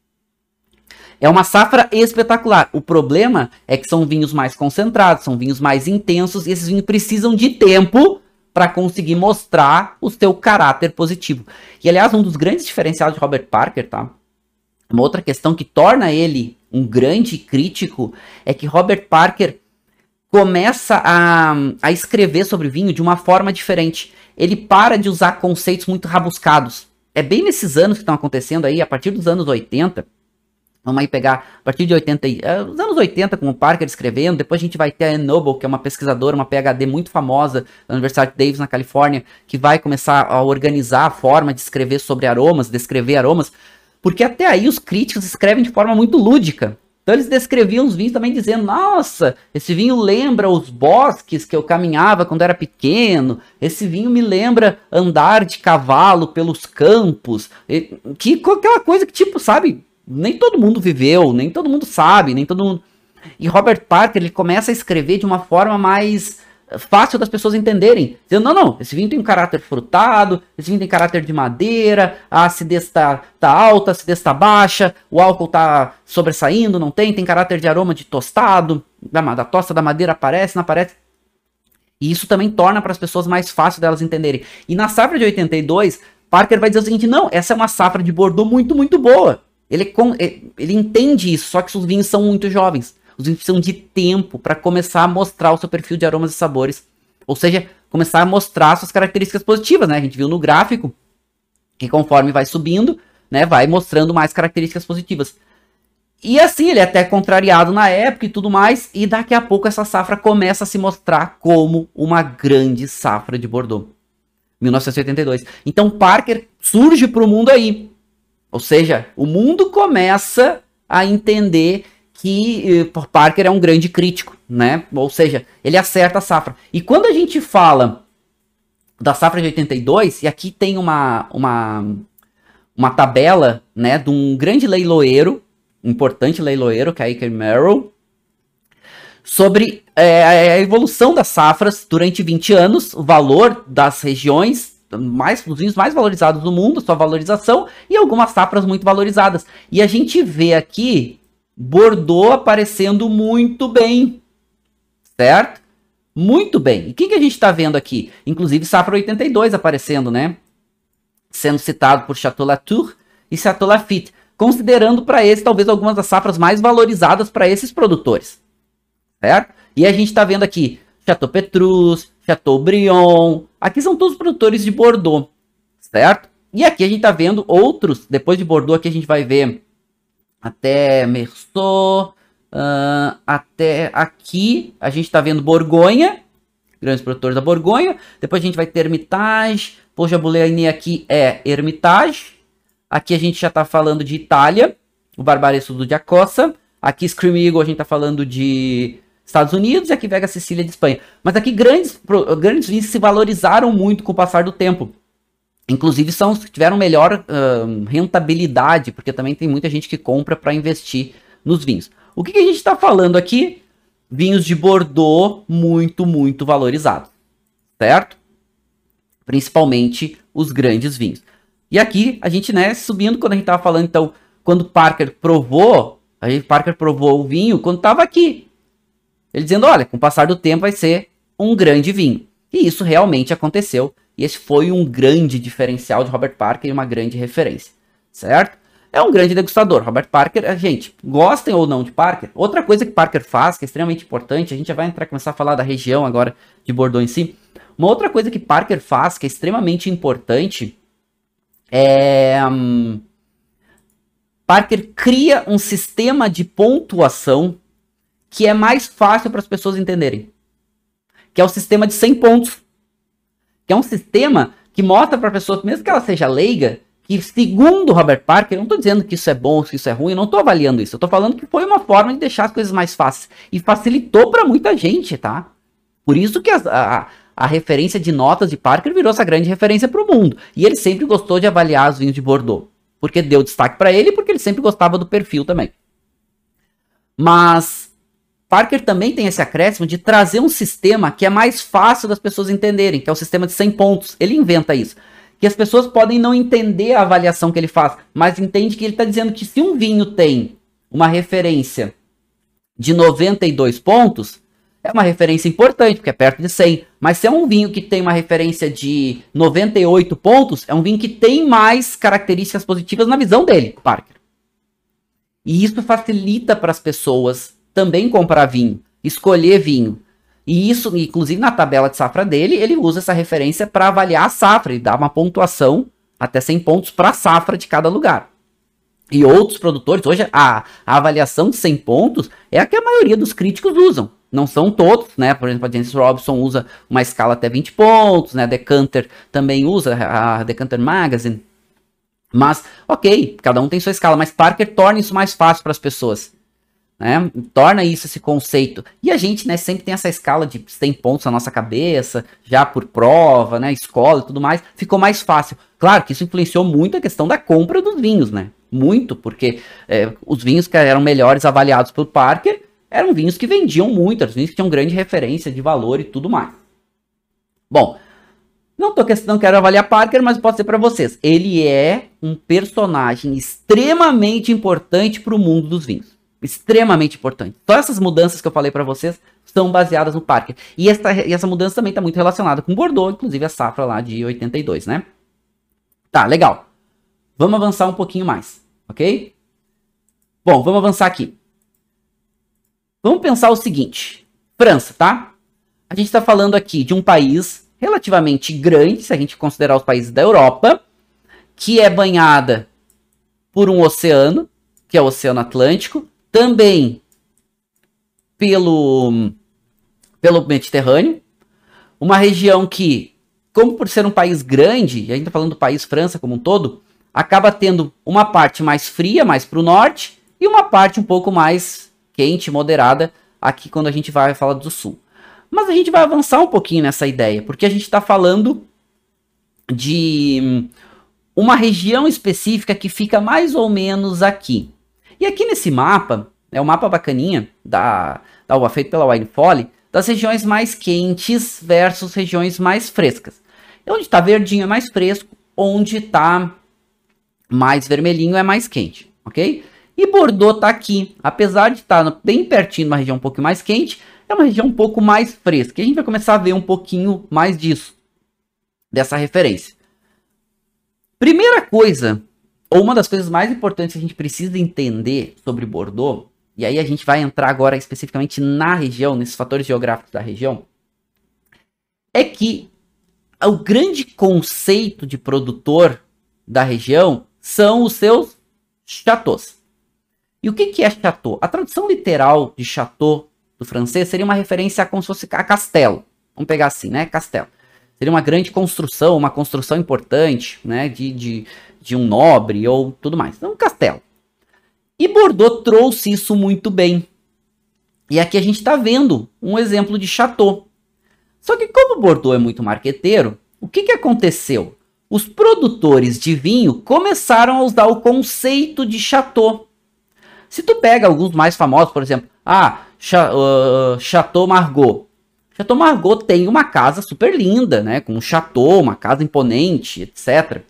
É uma safra espetacular. O problema é que são vinhos mais concentrados, são vinhos mais intensos, e esses vinhos precisam de tempo para conseguir mostrar o seu caráter positivo. E, aliás, um dos grandes diferenciais de Robert Parker, tá? Uma outra questão que torna ele um grande crítico é que Robert Parker começa a, a escrever sobre vinho de uma forma diferente. Ele para de usar conceitos muito rabuscados. É bem nesses anos que estão acontecendo aí, a partir dos anos oitenta, vamos aí pegar a partir de oitenta, uh, os anos oitenta, com o Parker escrevendo, depois a gente vai ter a Anne Noble, que é uma pesquisadora, uma P H D muito famosa da Universidade de Davis, na Califórnia, que vai começar a organizar a forma de escrever sobre aromas, descrever aromas, porque até aí os críticos escrevem de forma muito lúdica. Então eles descreviam os vinhos também dizendo, nossa, esse vinho lembra os bosques que eu caminhava quando era pequeno, esse vinho me lembra andar de cavalo pelos campos, que aquela coisa que tipo, sabe, nem todo mundo viveu, nem todo mundo sabe, nem todo mundo... E Robert Parker, ele começa a escrever de uma forma mais fácil das pessoas entenderem. Dizendo, não, não, esse vinho tem um caráter frutado, esse vinho tem caráter de madeira, a acidez tá, tá alta, a acidez tá baixa, o álcool tá sobressaindo, não tem, tem caráter de aroma de tostado, da, da tosta da madeira aparece, não aparece. E isso também torna para as pessoas mais fácil delas entenderem. E na safra de oitenta e dois, Parker vai dizer o seguinte, não, essa é uma safra de Bordeaux muito, muito boa. Ele, ele entende isso, só que os vinhos são muito jovens. Os vinhos precisam de tempo para começar a mostrar o seu perfil de aromas e sabores. Ou seja, começar a mostrar suas características positivas, né? A gente viu no gráfico que conforme vai subindo, né, vai mostrando mais características positivas. E assim, ele é até contrariado na época e tudo mais, e daqui a pouco essa safra começa a se mostrar como uma grande safra de Bordeaux. mil novecentos e oitenta e dois. Então Parker surge para o mundo aí. Ou seja, o mundo começa a entender que uh, Parker é um grande crítico, né? Ou seja, ele acerta a safra. E quando a gente fala da safra de oitenta e dois, e aqui tem uma, uma, uma tabela, né, de um grande leiloeiro, importante leiloeiro, que é Aker Merrill, sobre é, a evolução das safras durante vinte anos, o valor das regiões, mais, os vinhos mais valorizados do mundo, sua valorização, e algumas safras muito valorizadas. E a gente vê aqui Bordeaux aparecendo muito bem, certo? Muito bem. E o que, que a gente está vendo aqui? Inclusive safra oitenta e dois aparecendo, né? Sendo citado por Chateau Latour e Chateau Lafite, considerando para esse talvez algumas das safras mais valorizadas para esses produtores, certo? E a gente está vendo aqui Chateau Petrus, Chateaubriand, aqui são todos produtores de Bordeaux, certo? E aqui a gente está vendo outros, depois de Bordeaux aqui a gente vai ver até Meursault, uh, até aqui a gente está vendo Borgonha, grandes produtores da Borgonha, depois a gente vai ter Hermitage, Pont-Jaboulet aqui é Hermitage, aqui a gente já está falando de Itália, o Barbaresco do Giacosa, aqui Scream Eagle a gente está falando de Estados Unidos e aqui Vega Sicília de Espanha. Mas aqui grandes, grandes vinhos se valorizaram muito com o passar do tempo. Inclusive são os que tiveram melhor uh, rentabilidade, porque também tem muita gente que compra para investir nos vinhos. O que, que a gente está falando aqui? Vinhos de Bordeaux muito, muito valorizados, certo? Principalmente os grandes vinhos. E aqui a gente, né, subindo, quando a gente estava falando, então, quando Parker provou, a gente, Parker provou o vinho quando estava aqui. Ele dizendo, olha, com o passar do tempo vai ser um grande vinho. E isso realmente aconteceu. E esse foi um grande diferencial de Robert Parker e uma grande referência, certo? É um grande degustador. Robert Parker, gente, gostem ou não de Parker, outra coisa que Parker faz, que é extremamente importante, a gente já vai entrar, começar a falar da região agora de Bordeaux em si. Uma outra coisa que Parker faz, que é extremamente importante, é... Hum, Parker cria um sistema de pontuação que é mais fácil para as pessoas entenderem. Que é o sistema de cem pontos. Que é um sistema que mostra para a pessoa, mesmo que ela seja leiga, que segundo Robert Parker, eu não estou dizendo que isso é bom, que isso é ruim, eu não estou avaliando isso. Eu estou falando que foi uma forma de deixar as coisas mais fáceis. E facilitou para muita gente, tá? Por isso que as, a, a referência de notas de Parker virou essa grande referência para o mundo. E ele sempre gostou de avaliar os vinhos de Bordeaux. Porque deu destaque para ele e porque ele sempre gostava do perfil também. Mas Parker também tem esse acréscimo de trazer um sistema que é mais fácil das pessoas entenderem, que é o sistema de cem pontos. Ele inventa isso. Que as pessoas podem não entender a avaliação que ele faz, mas entende que ele está dizendo que se um vinho tem uma referência de noventa e dois pontos, é uma referência importante, porque é perto de cem. Mas se é um vinho que tem uma referência de noventa e oito pontos, é um vinho que tem mais características positivas na visão dele, Parker. E isso facilita para as pessoas também comprar vinho, escolher vinho. E isso, inclusive na tabela de safra dele, ele usa essa referência para avaliar a safra. Ele dá uma pontuação até cem pontos para a safra de cada lugar. E outros produtores, hoje a, a avaliação de cem pontos é a que a maioria dos críticos usam. Não são todos, né? Por exemplo, a James Robson usa uma escala até vinte pontos, né? A Decanter também usa, a Decanter Magazine. Mas, ok, cada um tem sua escala, mas Parker torna isso mais fácil para as pessoas, né? Torna isso esse conceito. E a gente, né, sempre tem essa escala de cem pontos na nossa cabeça, já por prova, né? Escola e tudo mais. Ficou mais fácil. Claro que isso influenciou muito a questão da compra dos vinhos, né? Muito, porque é, os vinhos que eram melhores avaliados por Parker eram vinhos que vendiam muito, eram vinhos que tinham grande referência de valor e tudo mais. Bom, não tô questão, quero avaliar Parker, mas posso dizer para vocês, ele é um personagem extremamente importante para o mundo dos vinhos. Extremamente importante. Todas essas mudanças que eu falei para vocês são baseadas no Parker. E essa, e essa mudança também está muito relacionada com Bordeaux, inclusive a safra lá de oitenta e dois, né? Tá, legal. Vamos avançar um pouquinho mais, ok? Bom, vamos avançar aqui. Vamos pensar o seguinte. França, tá? A gente está falando aqui de um país relativamente grande, se a gente considerar os países da Europa, que é banhada por um oceano, que é o Oceano Atlântico, também pelo, pelo Mediterrâneo, uma região que, como por ser um país grande, e a gente está falando do país França como um todo, acaba tendo uma parte mais fria, mais para o norte, e uma parte um pouco mais quente, moderada, aqui quando a gente vai falar do sul. Mas a gente vai avançar um pouquinho nessa ideia, porque a gente está falando de uma região específica que fica mais ou menos aqui. E aqui nesse mapa, é um mapa bacaninha, da, da, feito pela Wine Folly, das regiões mais quentes versus regiões mais frescas. E onde está verdinho é mais fresco, onde está mais vermelhinho é mais quente, ok? E Bordeaux está aqui, apesar de estar tá bem pertinho de uma região um pouco mais quente, é uma região um pouco mais fresca. E a gente vai começar a ver um pouquinho mais disso, dessa referência. Primeira coisa, ou uma das coisas mais importantes que a gente precisa entender sobre Bordeaux, e aí a gente vai entrar agora especificamente na região, nesses fatores geográficos da região, é que o grande conceito de produtor da região são os seus chateaus. E o que, que é chateau? A tradução literal de chateau do francês seria uma referência a como se fosse a castelo. Vamos pegar assim, né? Castelo. Seria uma grande construção, uma construção importante, né? De, de, de um nobre ou tudo mais. Então, um castelo. E Bordeaux trouxe isso muito bem. E aqui a gente está vendo um exemplo de chateau. Só que como Bordeaux é muito marqueteiro, o que, que aconteceu? Os produtores de vinho começaram a usar o conceito de chateau. Se tu pega alguns mais famosos, por exemplo, ah, uh, Chateau Margaux. Chateau Margaux tem uma casa super linda, né? Com um chateau, uma casa imponente, etcétera.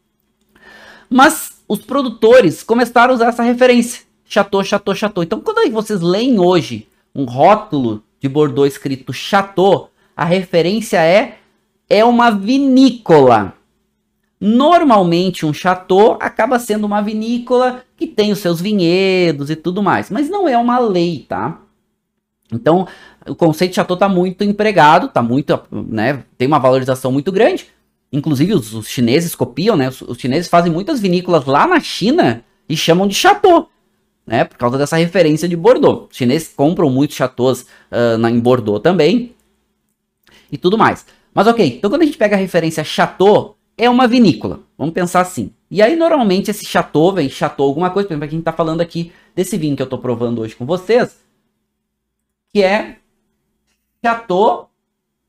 Mas os produtores começaram a usar essa referência. Chateau, Chateau, Chateau. Então, quando vocês leem hoje um rótulo de Bordeaux escrito Chateau, a referência é, é uma vinícola. Normalmente um chateau acaba sendo uma vinícola que tem os seus vinhedos e tudo mais, mas não é uma lei, tá? Então, o conceito de chateau está muito empregado, tá muito, né, tem uma valorização muito grande. Inclusive os, os chineses copiam, né? Os, os chineses fazem muitas vinícolas lá na China e chamam de chateau, né? Por causa dessa referência de Bordeaux. Os chineses compram muitos chateaus uh, na, em Bordeaux também e tudo mais. Mas ok, então quando a gente pega a referência chateau, é uma vinícola, vamos pensar assim. E aí, normalmente, esse chateau vem chateau alguma coisa. Por exemplo, a gente tá falando aqui desse vinho que eu tô provando hoje com vocês, que é Chateau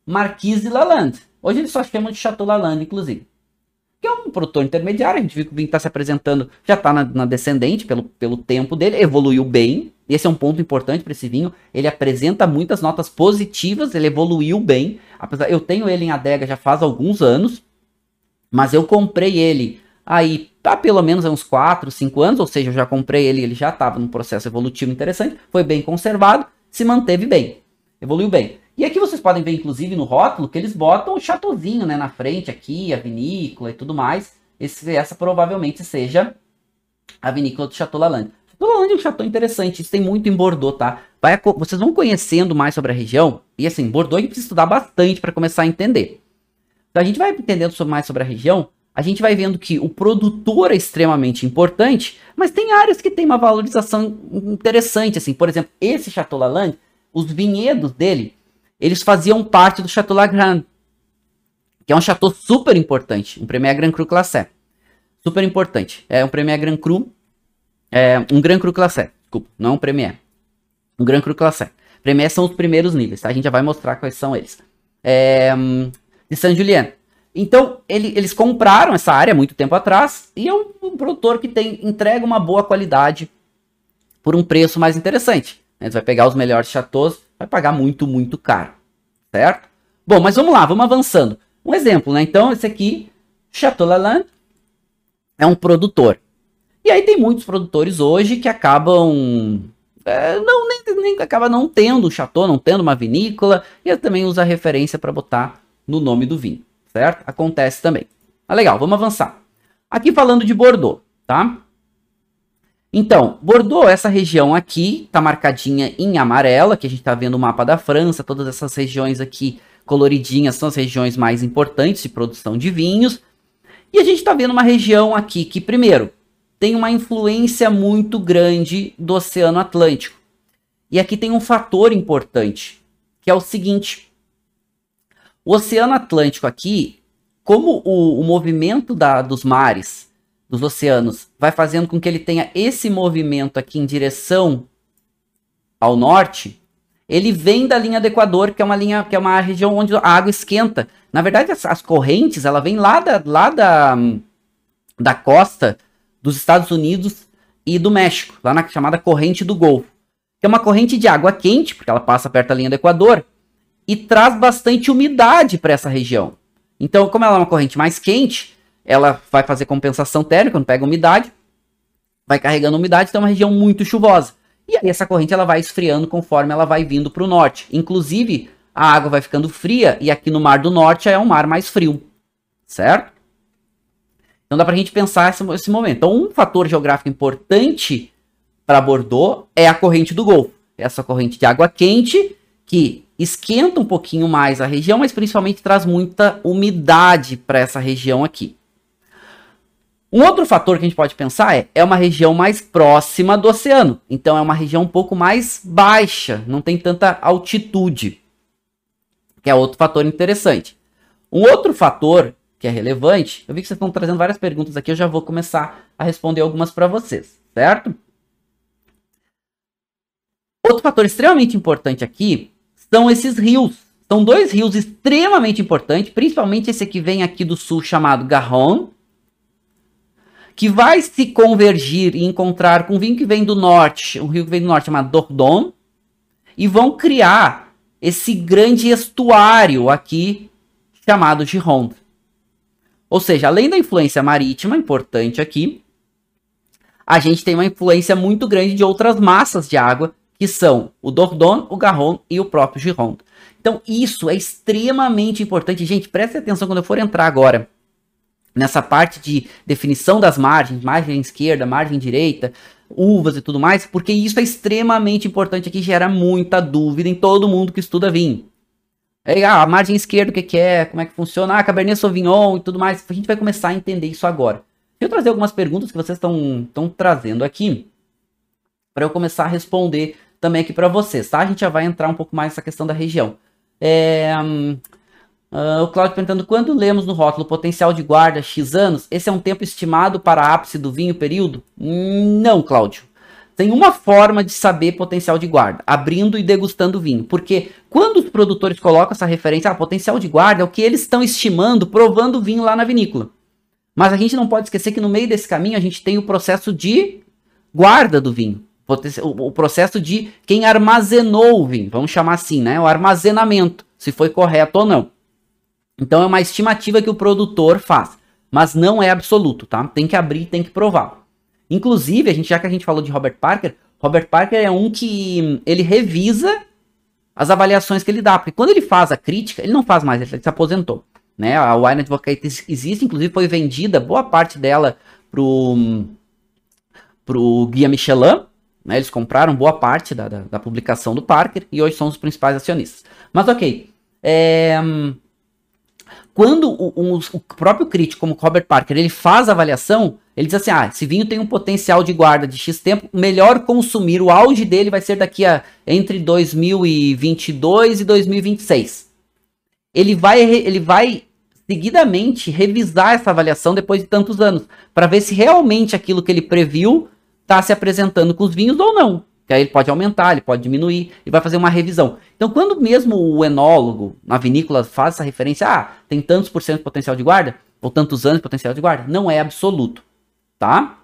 Marquise Lalande. Hoje eles só chamam de Chateau Lalande, inclusive. Que é um produtor intermediário, a gente viu que o vinho está se apresentando, já está na, na descendente pelo, pelo tempo dele, evoluiu bem. Esse é um ponto importante para esse vinho. Ele apresenta muitas notas positivas, ele evoluiu bem. Apesar, eu tenho ele em adega já faz alguns anos, mas eu comprei ele aí há pelo menos uns quatro, cinco anos, ou seja, eu já comprei ele, ele já estava num processo evolutivo interessante, foi bem conservado, se manteve bem, evoluiu bem. E aqui vocês podem ver, inclusive, no rótulo, que eles botam o chateauzinho, né, na frente aqui, a vinícola e tudo mais. Esse, essa provavelmente seja a vinícola do Chateau Lalande. Chateau Lalande é um chateau interessante, isso tem muito em Bordeaux, tá? Vai, vocês vão conhecendo mais sobre a região, e assim, Bordeaux a gente precisa estudar bastante para começar a entender. Então a gente vai entendendo mais sobre a região, a gente vai vendo que o produtor é extremamente importante, mas tem áreas que tem uma valorização interessante, assim, por exemplo, esse Chateau Lalande, os vinhedos dele, eles faziam parte do Chateau Lagrange, que é um chateau super importante, um Premier Grand Cru Classé. Super importante. É um Premier Grand Cru, é um Grand Cru Classé, desculpa, não um Premier. Um Grand Cru Classé. Premier são os primeiros níveis, tá? A gente já vai mostrar quais são eles. É, de Saint-Julien. Então, ele, eles compraram essa área há muito tempo atrás, e é um, um produtor que tem, entrega uma boa qualidade por um preço mais interessante. Você vai pegar os melhores chateaus, vai pagar muito, muito caro, certo? Bom, mas vamos lá, vamos avançando. Um exemplo, né? Então, esse aqui, Chateau Lalande, é um produtor. E aí tem muitos produtores hoje que acabam... É, não, nem, nem acaba não tendo um chateau, não tendo uma vinícola, e também usa referência para botar no nome do vinho, certo? Acontece também. Ah, legal, vamos avançar. Aqui falando de Bordeaux, tá? Então, Bordeaux, essa região aqui, tá marcadinha em amarela, que a gente tá vendo o mapa da França, todas essas regiões aqui coloridinhas são as regiões mais importantes de produção de vinhos. E a gente tá vendo uma região aqui que, primeiro, tem uma influência muito grande do Oceano Atlântico. E aqui tem um fator importante, que é o seguinte. O Oceano Atlântico aqui, como o, o movimento da, dos mares, dos oceanos, vai fazendo com que ele tenha esse movimento aqui em direção ao norte, ele vem da linha do Equador, que é uma linha, que é uma região onde a água esquenta. Na verdade, as, as correntes, ela vem lá da, lá da, da costa dos Estados Unidos e do México, lá na chamada corrente do Golfo, que é uma corrente de água quente, porque ela passa perto da linha do Equador, e traz bastante umidade para essa região. Então, como ela é uma corrente mais quente, ela vai fazer compensação térmica, quando pega umidade, vai carregando umidade, então é uma região muito chuvosa. E aí essa corrente ela vai esfriando conforme ela vai vindo para o norte. Inclusive, a água vai ficando fria, e aqui no Mar do Norte é um mar mais frio, certo? Então dá pra gente pensar esse, esse momento. Então um fator geográfico importante para Bordeaux é a corrente do Golfo. Essa corrente de água quente que esquenta um pouquinho mais a região, mas principalmente traz muita umidade para essa região aqui. Um outro fator que a gente pode pensar é, é uma região mais próxima do oceano. Então é uma região um pouco mais baixa, não tem tanta altitude, que é outro fator interessante. Um outro fator que é relevante, eu vi que vocês estão trazendo várias perguntas aqui, eu já vou começar a responder algumas para vocês, certo? Outro fator extremamente importante aqui são esses rios. São dois rios extremamente importantes, principalmente esse que vem aqui do sul chamado Garonne, que vai se convergir e encontrar com um vinho que vem do norte, um rio que vem do norte chamado Dordogne, e vão criar esse grande estuário aqui chamado Gironde. Ou seja, além da influência marítima, importante aqui, a gente tem uma influência muito grande de outras massas de água, que são o Dordogne, o Garonne e o próprio Gironde. Então isso é extremamente importante. Gente, preste atenção quando eu for entrar agora nessa parte de definição das margens, margem esquerda, margem direita, uvas e tudo mais, porque isso é extremamente importante aqui, gera muita dúvida em todo mundo que estuda vinho. É, ah, a margem esquerda, o que, que é, como é que funciona, ah, Cabernet Sauvignon e tudo mais. A gente vai começar a entender isso agora. Deixa eu trazer algumas perguntas que vocês estão trazendo aqui, para eu começar a responder também aqui para vocês, tá? A gente já vai entrar um pouco mais nessa questão da região. É, hum, uh, o Cláudio perguntando, quando lemos no rótulo potencial de guarda X anos, esse é um tempo estimado para ápice do vinho período? Hum, não, Cláudio. tem uma forma de saber potencial de guarda, abrindo e degustando vinho. Porque quando os produtores colocam essa referência, ah, potencial de guarda é o que eles estão estimando, provando o vinho lá na vinícola. Mas a gente não pode esquecer que no meio desse caminho a gente tem o processo de guarda do vinho. O processo de quem armazenou o vinho, vamos chamar assim, né? O armazenamento, se foi correto ou não. Então é uma estimativa que o produtor faz, mas não é absoluto, tá? Tem que abrir, tem que provar. Inclusive, a gente, já que a gente falou de Robert Parker, Robert Parker é um que ele revisa as avaliações que ele dá, porque quando ele faz a crítica, ele não faz mais, ele se aposentou, né? A Wine Advocate existe, inclusive foi vendida, boa parte dela pro, pro Guia Michelin, né? Eles compraram boa parte da, da, da publicação do Parker e hoje são os principais acionistas. Mas ok, é... quando o, o, o próprio crítico, como Robert Parker, ele faz a avaliação, ele diz assim, ah, esse vinho tem um potencial de guarda de X tempo, melhor consumir, o auge dele vai ser daqui a entre dois mil e vinte e dois e dois mil e vinte e seis. Ele vai, ele vai seguidamente revisar essa avaliação depois de tantos anos, para ver se realmente aquilo que ele previu está se apresentando com os vinhos ou não. Que aí ele pode aumentar, ele pode diminuir, e vai fazer uma revisão. Então, quando mesmo o enólogo na vinícola faz essa referência, ah, tem tantos por cento de potencial de guarda, ou tantos anos de potencial de guarda, não é absoluto, tá?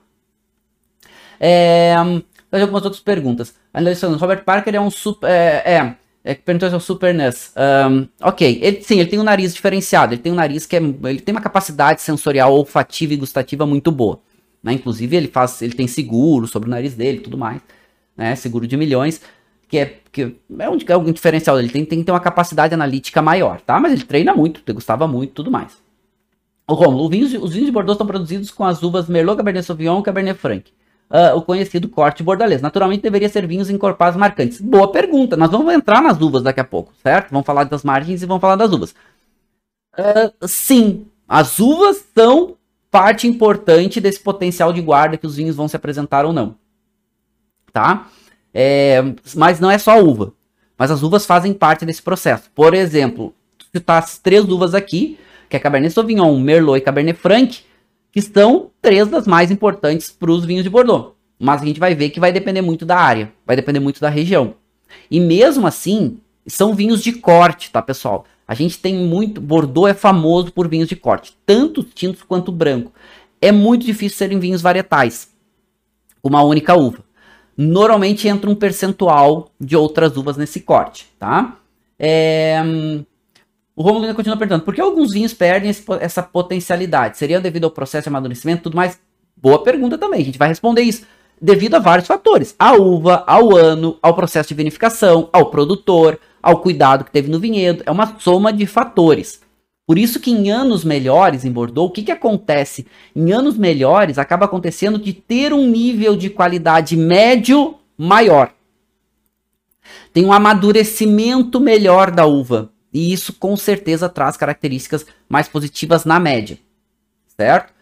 É, algumas outras perguntas. Alexandre, Robert Parker é um super... É, é, é perguntou se é o Super N U S. Um, ok, ele, sim, ele tem um nariz diferenciado, ele tem um nariz que é... Ele tem uma capacidade sensorial, olfativa e gustativa muito boa. Né? Inclusive, ele, faz, ele tem seguro sobre o nariz dele e tudo mais. Né, seguro de milhões, que é, que é, um, é um diferencial dele, tem, tem que ter uma capacidade analítica maior, tá? Mas ele treina muito, degustava muito e tudo mais. O Romulo, os vinhos, os vinhos de Bordeaux estão produzidos com as uvas Merlot, Cabernet Sauvignon e Cabernet Franc, uh, o conhecido corte bordalês. Naturalmente deveria ser vinhos encorpados marcantes. Boa pergunta, nós vamos entrar nas uvas daqui a pouco, certo? Vamos falar das margens e vamos falar das uvas. Uh, sim, as uvas são parte importante desse potencial de guarda que os vinhos vão se apresentar ou não. Tá? É, mas não é só a uva. Mas as uvas fazem parte desse processo. Por exemplo, citar as três uvas aqui, que é Cabernet Sauvignon, Merlot e Cabernet Franc, que são três das mais importantes para os vinhos de Bordeaux. Mas a gente vai ver que vai depender muito da área, vai depender muito da região. E mesmo assim, são vinhos de corte, tá, pessoal? A gente tem muito... Bordeaux é famoso por vinhos de corte, tanto tintos quanto branco. É muito difícil serem vinhos varietais, uma única uva. Normalmente entra um percentual de outras uvas nesse corte, tá? É... O Romulo ainda continua perguntando, por que alguns vinhos perdem esse, essa potencialidade? Seria devido ao processo de amadurecimento e tudo mais? Boa pergunta também, a gente vai responder isso. Devido a vários fatores. A uva, ao ano, ao processo de vinificação, ao produtor, ao cuidado que teve no vinhedo. É uma soma de fatores. Por isso que em anos melhores em Bordeaux, o que, que acontece? Em anos melhores, acaba acontecendo de ter um nível de qualidade médio maior. Tem um amadurecimento melhor da uva. E isso com certeza traz características mais positivas na média. Certo?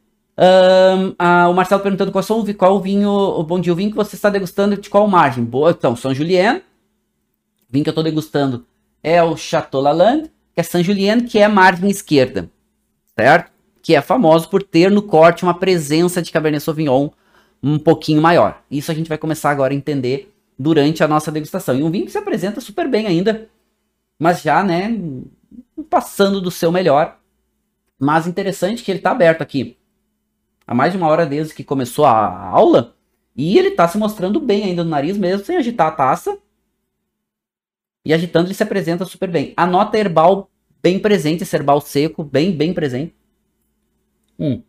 Um, ah, o Marcelo perguntando qual, são, qual o vinho, o bom dia, o vinho que você está degustando de qual margem? Boa, então, São Julien. O vinho que eu estou degustando é o Chateau Lalande, que é Saint Julien, que é a margem esquerda, certo? Que é famoso por ter no corte uma presença de Cabernet Sauvignon um pouquinho maior. Isso a gente vai começar agora a entender durante a nossa degustação. E um vinho que se apresenta super bem ainda, mas já, né, passando do seu melhor. Mas interessante que ele está aberto aqui há mais de uma hora desde que começou a aula, e ele está se mostrando bem ainda no nariz mesmo, sem agitar a taça. E agitando ele se apresenta super bem. A nota herbal bem presente, esse herbal seco, bem, bem presente. Hum.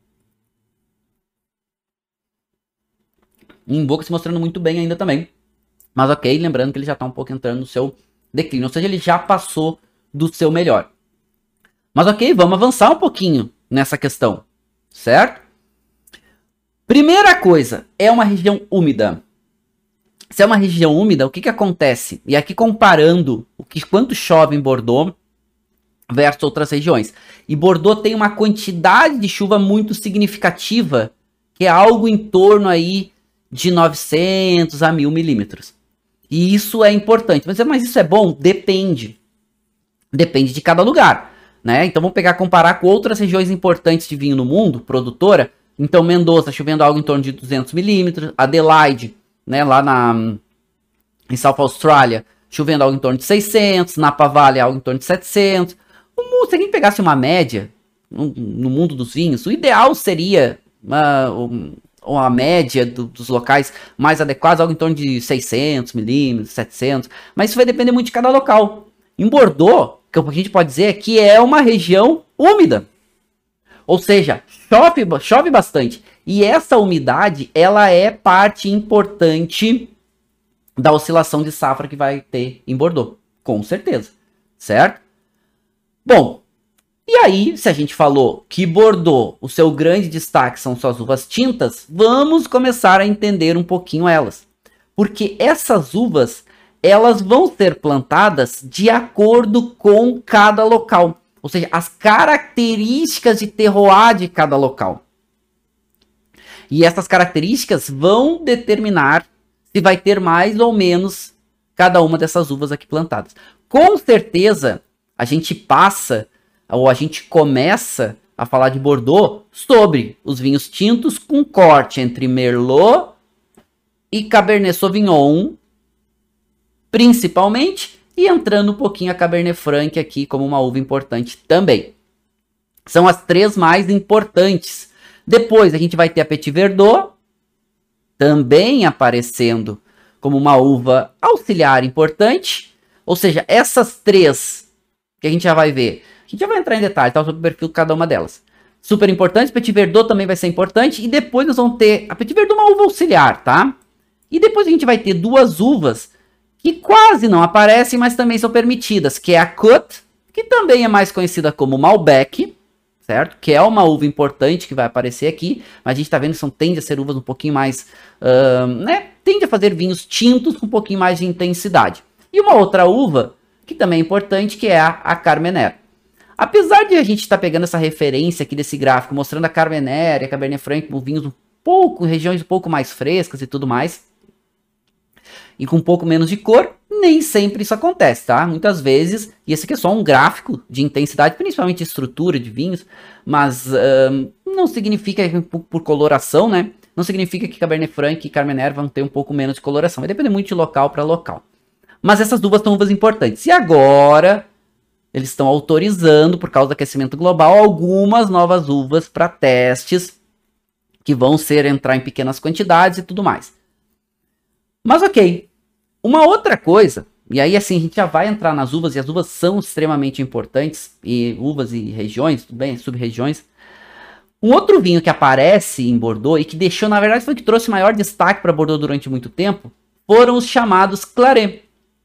Em boca se mostrando muito bem ainda também. Mas ok, lembrando que ele já está um pouco entrando no seu declínio. Ou seja, ele já passou do seu melhor. Mas ok, vamos avançar um pouquinho nessa questão. Certo? Primeira coisa, é uma região úmida. Se é uma região úmida, o que, que acontece? E aqui comparando o que, quanto chove em Bordeaux versus outras regiões. E Bordeaux tem uma quantidade de chuva muito significativa, que é algo em torno aí de novecentos a mil milímetros. E isso é importante. Mas, mas isso é bom? Depende. Depende de cada lugar. Né? Então vamos pegar comparar com outras regiões importantes de vinho no mundo, produtora. Então Mendoza chovendo algo em torno de duzentos milímetros, Adelaide, né, lá na, em South Australia, chovendo algo em torno de seiscentos, Napa Valley algo em torno de setecentos. Se a gente pegasse uma média no, no mundo dos vinhos, o ideal seria uma, uma média do, dos locais mais adequados, algo em torno de seiscentos milímetros, setecentos, mas isso vai depender muito de cada local. Em Bordeaux, o que a gente pode dizer é que é uma região úmida, ou seja, chove, chove bastante, e essa umidade, ela é parte importante da oscilação de safra que vai ter em Bordeaux, com certeza, certo? Bom, e aí, se a gente falou que Bordeaux, o seu grande destaque são suas uvas tintas, vamos começar a entender um pouquinho elas. Porque essas uvas, elas vão ser plantadas de acordo com cada local. Ou seja, as características de terroir de cada local. E essas características vão determinar se vai ter mais ou menos cada uma dessas uvas aqui plantadas. Com certeza, a gente passa, ou a gente começa a falar de Bordeaux sobre os vinhos tintos com corte entre Merlot e Cabernet Sauvignon, principalmente, e entrando um pouquinho a Cabernet Franc aqui como uma uva importante também. São as três mais importantes. Depois a gente vai ter a Petit Verdot, também aparecendo como uma uva auxiliar importante. Ou seja, essas três que a gente já vai ver. A gente já vai entrar em detalhe, tá, sobre o perfil de cada uma delas. Super importante, Petit Verdot também vai ser importante. E depois nós vamos ter a Petit Verdot, uma uva auxiliar, tá? E depois a gente vai ter duas uvas que quase não aparecem, mas também são permitidas, que é a Côte, que também é mais conhecida como Malbec, certo? Que é uma uva importante que vai aparecer aqui, mas a gente tá vendo que são, tende a ser uvas um pouquinho mais, uh, né? Tende a fazer vinhos tintos com um pouquinho mais de intensidade. E uma outra uva, que também é importante, que é a, a Carmenère. Apesar de a gente estar tá pegando essa referência aqui desse gráfico, mostrando a Carmenère e a Cabernet Franc com vinhos um pouco, regiões um pouco mais frescas e tudo mais, e com um pouco menos de cor, nem sempre isso acontece, tá? Muitas vezes, e esse aqui é só um gráfico de intensidade, principalmente estrutura de vinhos, mas uh, não significa, por, por coloração, né? Não significa que Cabernet Franc e Carmenère vão ter um pouco menos de coloração. Vai depender muito de local para local. Mas essas uvas são uvas importantes. E agora, eles estão autorizando, por causa do aquecimento global, algumas novas uvas para testes, que vão ser entrar em pequenas quantidades e tudo mais. Mas ok, uma outra coisa, e aí assim a gente já vai entrar nas uvas, e as uvas são extremamente importantes, e uvas e regiões, tudo bem, sub-regiões. Um outro vinho que aparece em Bordeaux, e que deixou, na verdade, foi o que trouxe maior destaque para Bordeaux durante muito tempo, foram os chamados Claret.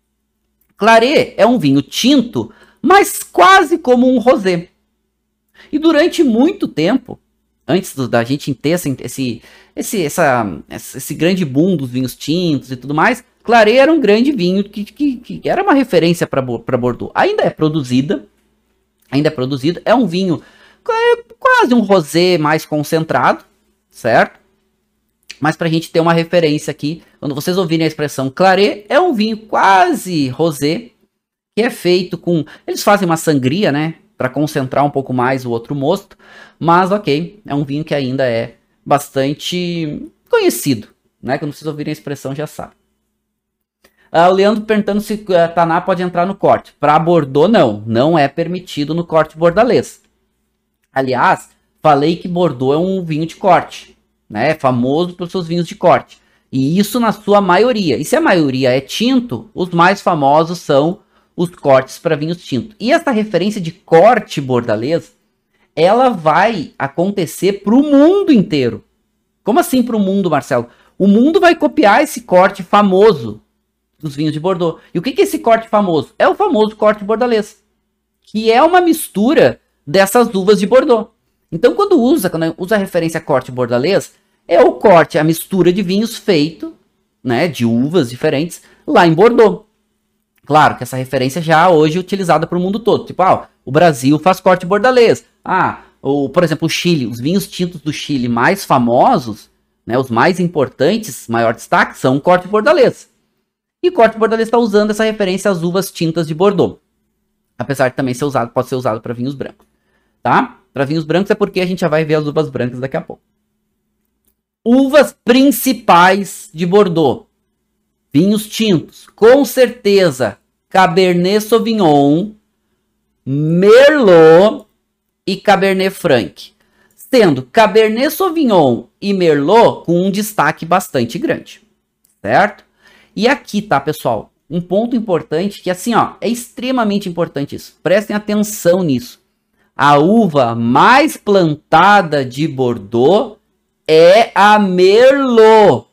Claret é um vinho tinto, mas quase como um rosé. E durante muito tempo, antes do, da gente ter esse, esse, esse, essa, esse grande boom dos vinhos tintos e tudo mais, Claret era um grande vinho que, que, que era uma referência para Bordeaux. Ainda é produzida, ainda é produzido, é um vinho é quase um rosé mais concentrado, certo? Mas para a gente ter uma referência aqui, quando vocês ouvirem a expressão Claret, é um vinho quase rosé, que é feito com... Eles fazem uma sangria, né? Para concentrar um pouco mais o outro mosto. Mas ok, é um vinho que ainda é bastante conhecido, né? Quando vocês ouvirem a expressão já sabem. Ah, o Leandro perguntando se a Taná pode entrar no corte. Para Bordeaux, não. Não é permitido no corte bordalês. Aliás, falei que Bordeaux é um vinho de corte, né? É famoso pelos seus vinhos de corte. E isso na sua maioria. E se a maioria é tinto, os mais famosos são os cortes para vinhos tintos. E essa referência de corte bordalês, ela vai acontecer para o mundo inteiro. Como assim para o mundo, Marcelo? O mundo vai copiar esse corte famoso dos vinhos de Bordeaux. E o que, que é esse corte famoso? É o famoso corte bordalês, que é uma mistura dessas uvas de Bordeaux. Então, quando usa, quando usa a referência corte bordalês, é o corte, a mistura de vinhos feito, né, de uvas diferentes lá em Bordeaux. Claro que essa referência já hoje é utilizada para o mundo todo. Tipo, ah, o Brasil faz corte bordalês. Ah, ou, por exemplo, o Chile. Os vinhos tintos do Chile mais famosos, né, os mais importantes, maior destaque, são o corte bordalês. E o corte bordalês está usando essa referência às uvas tintas de Bordeaux. Apesar de também ser usado, pode ser usado para vinhos brancos. Tá? Para vinhos brancos é porque a gente já vai ver as uvas brancas daqui a pouco. Uvas principais de Bordeaux. Vinhos tintos, com certeza, Cabernet Sauvignon, Merlot e Cabernet Franc. Sendo Cabernet Sauvignon e Merlot com um destaque bastante grande, certo? E aqui, tá, pessoal, um ponto importante que, assim, ó, é extremamente importante isso. Prestem atenção nisso. A uva mais plantada de Bordeaux é a Merlot.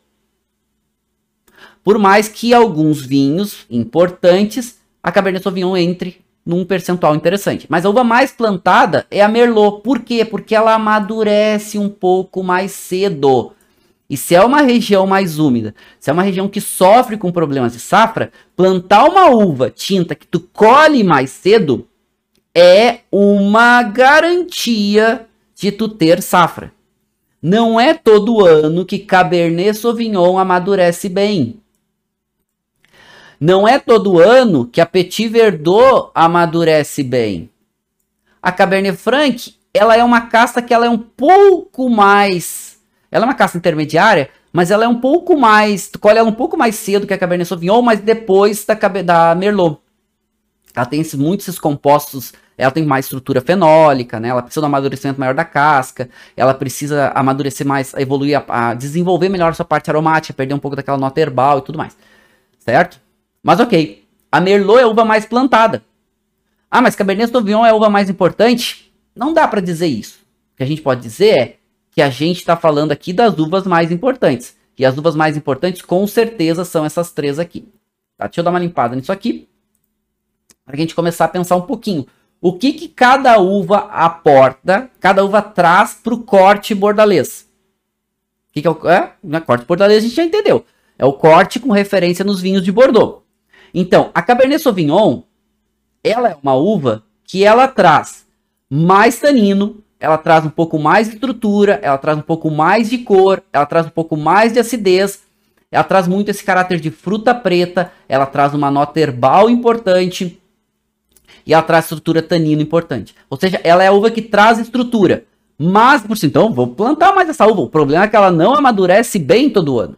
Por mais que alguns vinhos importantes, a Cabernet Sauvignon entre num percentual interessante. Mas a uva mais plantada é a Merlot. Por quê? Porque ela amadurece um pouco mais cedo. E se é uma região mais úmida, se é uma região que sofre com problemas de safra, plantar uma uva tinta que tu colhe mais cedo é uma garantia de tu ter safra. Não é todo ano que Cabernet Sauvignon amadurece bem. Não é todo ano que a Petit Verdot amadurece bem. A Cabernet Franc, ela é uma casta que ela é um pouco mais... Ela é uma casta intermediária, mas ela é um pouco mais... Tu colhe ela um pouco mais cedo que a Cabernet Sauvignon, mas depois da, da Merlot. Ela tem esses, muitos esses compostos... Ela tem mais estrutura fenólica, né? Ela precisa de um amadurecimento maior da casca. Ela precisa amadurecer mais, evoluir, a, a desenvolver melhor a sua parte aromática, perder um pouco daquela nota herbal e tudo mais. Certo? Mas ok, a Merlot é a uva mais plantada. Ah, mas Cabernet Sauvignon é a uva mais importante? Não dá para dizer isso. O que a gente pode dizer é que a gente está falando aqui das uvas mais importantes. E as uvas mais importantes, com certeza, são essas três aqui. Tá? Deixa eu dar uma limpada nisso aqui, para a gente começar a pensar um pouquinho. O que, que cada uva aporta, cada uva traz para o corte bordalês? O que, que é o é? Não, corte bordalês a gente já entendeu. É o corte com referência nos vinhos de Bordeaux. Então, a Cabernet Sauvignon, ela é uma uva que ela traz mais tanino, ela traz um pouco mais de estrutura, ela traz um pouco mais de cor, ela traz um pouco mais de acidez, ela traz muito esse caráter de fruta preta, ela traz uma nota herbal importante e ela traz estrutura tanino importante. Ou seja, ela é a uva que traz estrutura. Mas, por si, então, vou plantar mais essa uva. O problema é que ela não amadurece bem todo ano.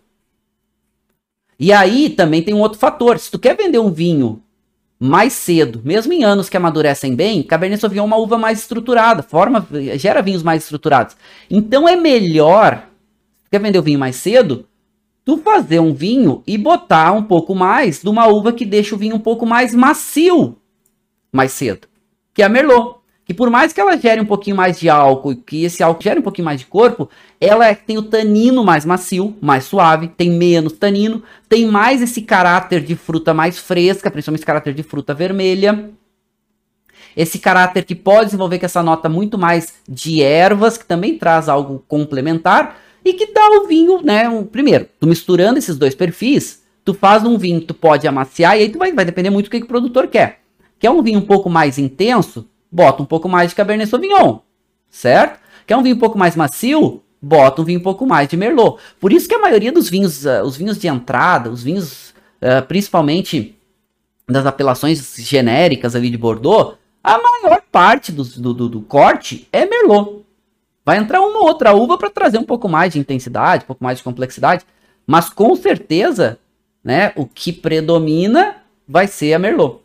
E aí também tem um outro fator. Se tu quer vender um vinho mais cedo, mesmo em anos que amadurecem bem, Cabernet Sauvignon é uma uva mais estruturada, forma, gera vinhos mais estruturados. Então é melhor, se tu quer vender o vinho mais cedo, tu fazer um vinho e botar um pouco mais de uma uva que deixa o vinho um pouco mais macio mais cedo, que é a Merlot. Que por mais que ela gere um pouquinho mais de álcool, que esse álcool gere um pouquinho mais de corpo, ela é, tem o tanino mais macio, mais suave, tem menos tanino, tem mais esse caráter de fruta mais fresca, principalmente esse caráter de fruta vermelha. Esse caráter que pode desenvolver com essa nota muito mais de ervas, que também traz algo complementar, e que dá o vinho, né, um, primeiro, tu misturando esses dois perfis, tu faz um vinho que tu pode amaciar, e aí tu vai, vai depender muito do que, que o produtor quer. Quer um vinho um pouco mais intenso? Bota um pouco mais de Cabernet Sauvignon, certo? Quer um vinho um pouco mais macio? Bota um vinho um pouco mais de Merlot. Por isso que a maioria dos vinhos, uh, os vinhos de entrada, os vinhos, uh, principalmente das apelações genéricas ali de Bordeaux, a maior parte do, do, do, do corte é Merlot. Vai entrar uma ou outra uva para trazer um pouco mais de intensidade, um pouco mais de complexidade, mas com certeza, né, o que predomina vai ser a Merlot.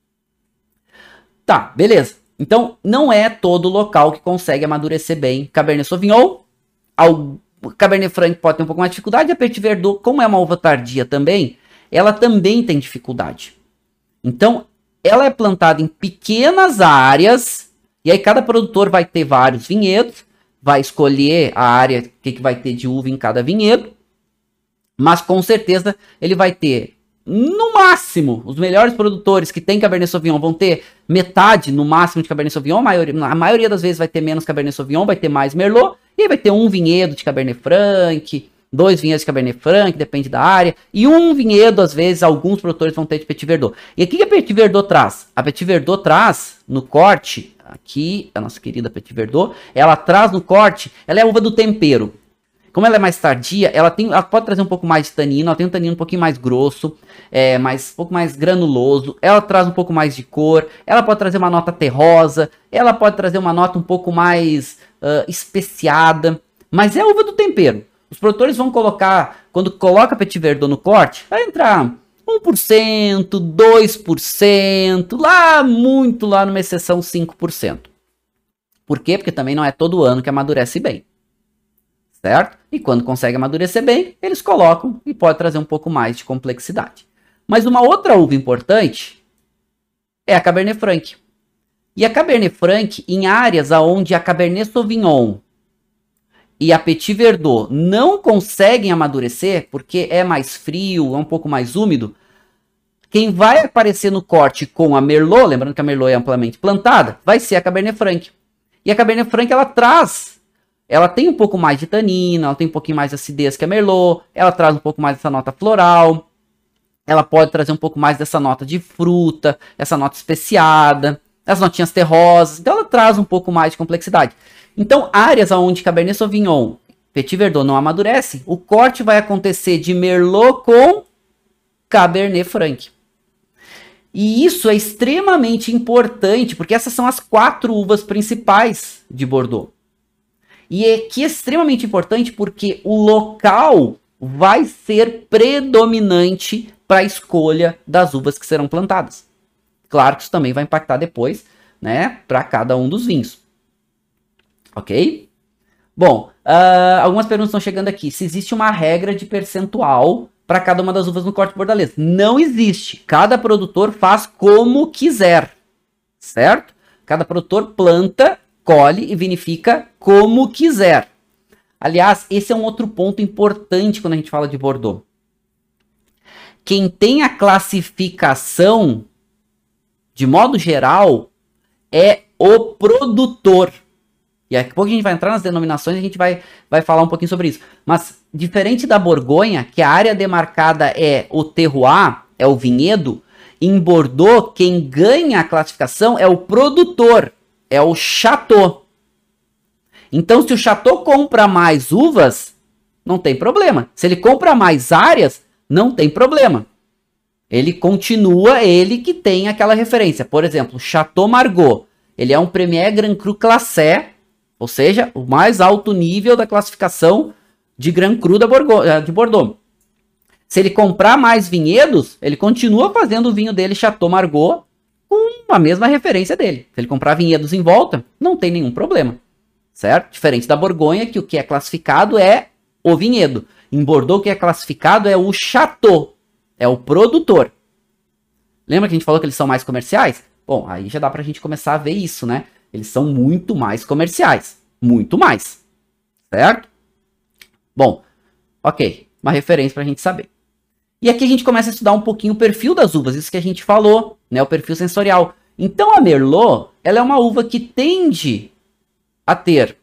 Tá, beleza. Então, não é todo local que consegue amadurecer bem Cabernet Sauvignon. O Cabernet Franc pode ter um pouco mais de dificuldade. A Petit Verdot, como é uma uva tardia também, ela também tem dificuldade. Então, ela é plantada em pequenas áreas. E aí, cada produtor vai ter vários vinhedos. Vai escolher a área que, que vai ter de uva em cada vinhedo. Mas, com certeza, ele vai ter... No máximo, os melhores produtores que tem Cabernet Sauvignon vão ter metade, no máximo, de Cabernet Sauvignon. A maioria, a maioria das vezes vai ter menos Cabernet Sauvignon, vai ter mais Merlot. E aí vai ter um vinhedo de Cabernet Franc, dois vinhedos de Cabernet Franc, depende da área. E um vinhedo, às vezes, alguns produtores vão ter de Petit Verdot. E o que a Petit Verdot traz? A Petit Verdot traz, no corte, aqui, a nossa querida Petit Verdot, ela traz no corte, ela é a uva do tempero. Como ela é mais tardia, ela, tem, ela pode trazer um pouco mais de tanino, ela tem um tanino um pouquinho mais grosso, é, mais, um pouco mais granuloso, ela traz um pouco mais de cor, ela pode trazer uma nota terrosa, ela pode trazer uma nota um pouco mais uh, especiada, mas é a uva do tempero. Os produtores vão colocar, quando coloca Petit Verdot no corte, vai entrar um por cento, dois por cento, lá muito lá numa exceção cinco por cento. Por quê? Porque também não é todo ano que amadurece bem. Certo? E quando consegue amadurecer bem, eles colocam e pode trazer um pouco mais de complexidade. Mas uma outra uva importante é a Cabernet Franc. E a Cabernet Franc, em áreas onde a Cabernet Sauvignon e a Petit Verdot não conseguem amadurecer, porque é mais frio, é um pouco mais úmido, quem vai aparecer no corte com a Merlot, lembrando que a Merlot é amplamente plantada, vai ser a Cabernet Franc. E a Cabernet Franc, ela traz, ela tem um pouco mais de tanina, ela tem um pouquinho mais de acidez que a Merlot, ela traz um pouco mais dessa nota floral, ela pode trazer um pouco mais dessa nota de fruta, essa nota especiada, as notinhas terrosas, então ela traz um pouco mais de complexidade. Então, áreas onde Cabernet Sauvignon, Petit Verdot não amadurece, o corte vai acontecer de Merlot com Cabernet Franc. E isso é extremamente importante, porque essas são as quatro uvas principais de Bordeaux. E é que é extremamente importante porque o local vai ser predominante para a escolha das uvas que serão plantadas. Claro que isso também vai impactar depois, né, para cada um dos vinhos. Ok? Bom, uh, algumas perguntas estão chegando aqui. Se existe uma regra de percentual para cada uma das uvas no corte bordalês? Não existe. Cada produtor faz como quiser, certo? Cada produtor planta, colhe e vinifica como quiser. Aliás, esse é um outro ponto importante quando a gente fala de Bordeaux. Quem tem a classificação, de modo geral, é o produtor. E daqui a pouco a gente vai entrar nas denominações e a gente vai, vai falar um pouquinho sobre isso. Mas, diferente da Borgonha, que a área demarcada é o terroir, é o vinhedo, em Bordeaux, quem ganha a classificação é o produtor, é o chateau. Então, se o chateau compra mais uvas, não tem problema. Se ele compra mais áreas, não tem problema. Ele continua, ele que tem aquela referência. Por exemplo, Chateau Margaux, ele é um Premier Grand Cru Classé, ou seja, o mais alto nível da classificação de Grand Cru da Borgo- de Bordeaux. Se ele comprar mais vinhedos, ele continua fazendo o vinho dele Chateau Margaux com a mesma referência dele. Se ele comprar vinhedos em volta, não tem nenhum problema, certo? Diferente da Borgonha, que o que é classificado é o vinhedo. Em Bordeaux, o que é classificado é o Chateau, é o produtor. Lembra que a gente falou que eles são mais comerciais? Bom, aí já dá pra gente começar a ver isso, né? Eles são muito mais comerciais. Muito mais. Certo? Bom, ok. Uma referência pra gente saber. E aqui a gente começa a estudar um pouquinho o perfil das uvas. Isso que a gente falou, né? O perfil sensorial. Então a Merlot, ela é uma uva que tende a ter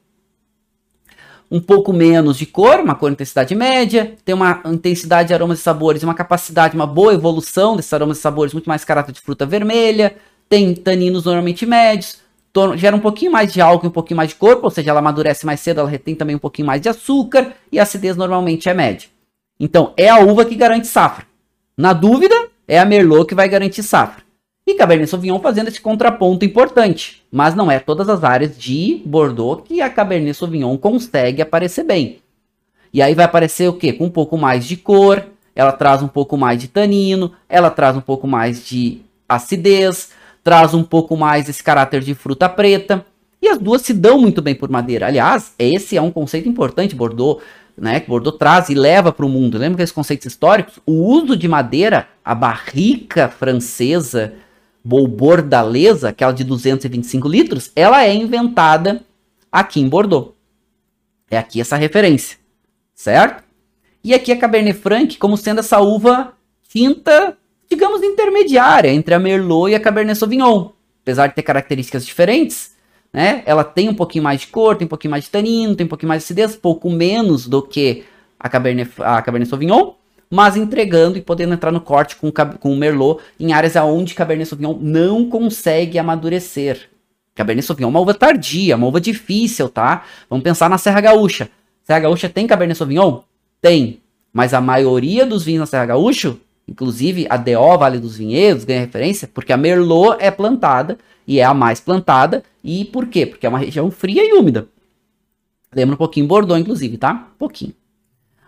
um pouco menos de cor, uma cor intensidade média, tem uma intensidade de aromas e sabores, uma capacidade, uma boa evolução desses aromas e sabores, muito mais caráter de fruta vermelha, tem taninos normalmente médios, gera um pouquinho mais de álcool e um pouquinho mais de corpo, ou seja, ela amadurece mais cedo, ela retém também um pouquinho mais de açúcar, e a acidez normalmente é média. Então, é a uva que garante safra. Na dúvida, é a Merlot que vai garantir safra. E Cabernet Sauvignon fazendo esse contraponto importante. Mas não é todas as áreas de Bordeaux que a Cabernet Sauvignon consegue aparecer bem. E aí vai aparecer o quê? Com um pouco mais de cor, ela traz um pouco mais de tanino, ela traz um pouco mais de acidez, traz um pouco mais esse caráter de fruta preta. E as duas se dão muito bem por madeira. Aliás, esse é um conceito importante, Bordeaux, né, que Bordeaux traz e leva para o mundo. Lembra que esses conceitos históricos? O uso de madeira, a barrica francesa bordalesa, aquela de duzentos e vinte e cinco litros, ela é inventada aqui em Bordeaux. É aqui essa referência, certo? E aqui a Cabernet Franc como sendo essa uva tinta, digamos, intermediária entre a Merlot e a Cabernet Sauvignon. Apesar de ter características diferentes, né? Ela tem um pouquinho mais de cor, tem um pouquinho mais de tanino, tem um pouquinho mais de acidez, pouco menos do que a Cabernet, a Cabernet Sauvignon, mas entregando e podendo entrar no corte com, com o Merlot em áreas onde Cabernet Sauvignon não consegue amadurecer. Cabernet Sauvignon é uma uva tardia, uma uva difícil, tá? Vamos pensar na Serra Gaúcha. Serra Gaúcha tem Cabernet Sauvignon? Tem. Mas a maioria dos vinhos na Serra Gaúcha, inclusive a D O, Vale dos Vinhedos, ganha referência, porque a Merlot é plantada e é a mais plantada. E por quê? Porque é uma região fria e úmida. Lembra um pouquinho Bordeaux, inclusive, tá? Um pouquinho.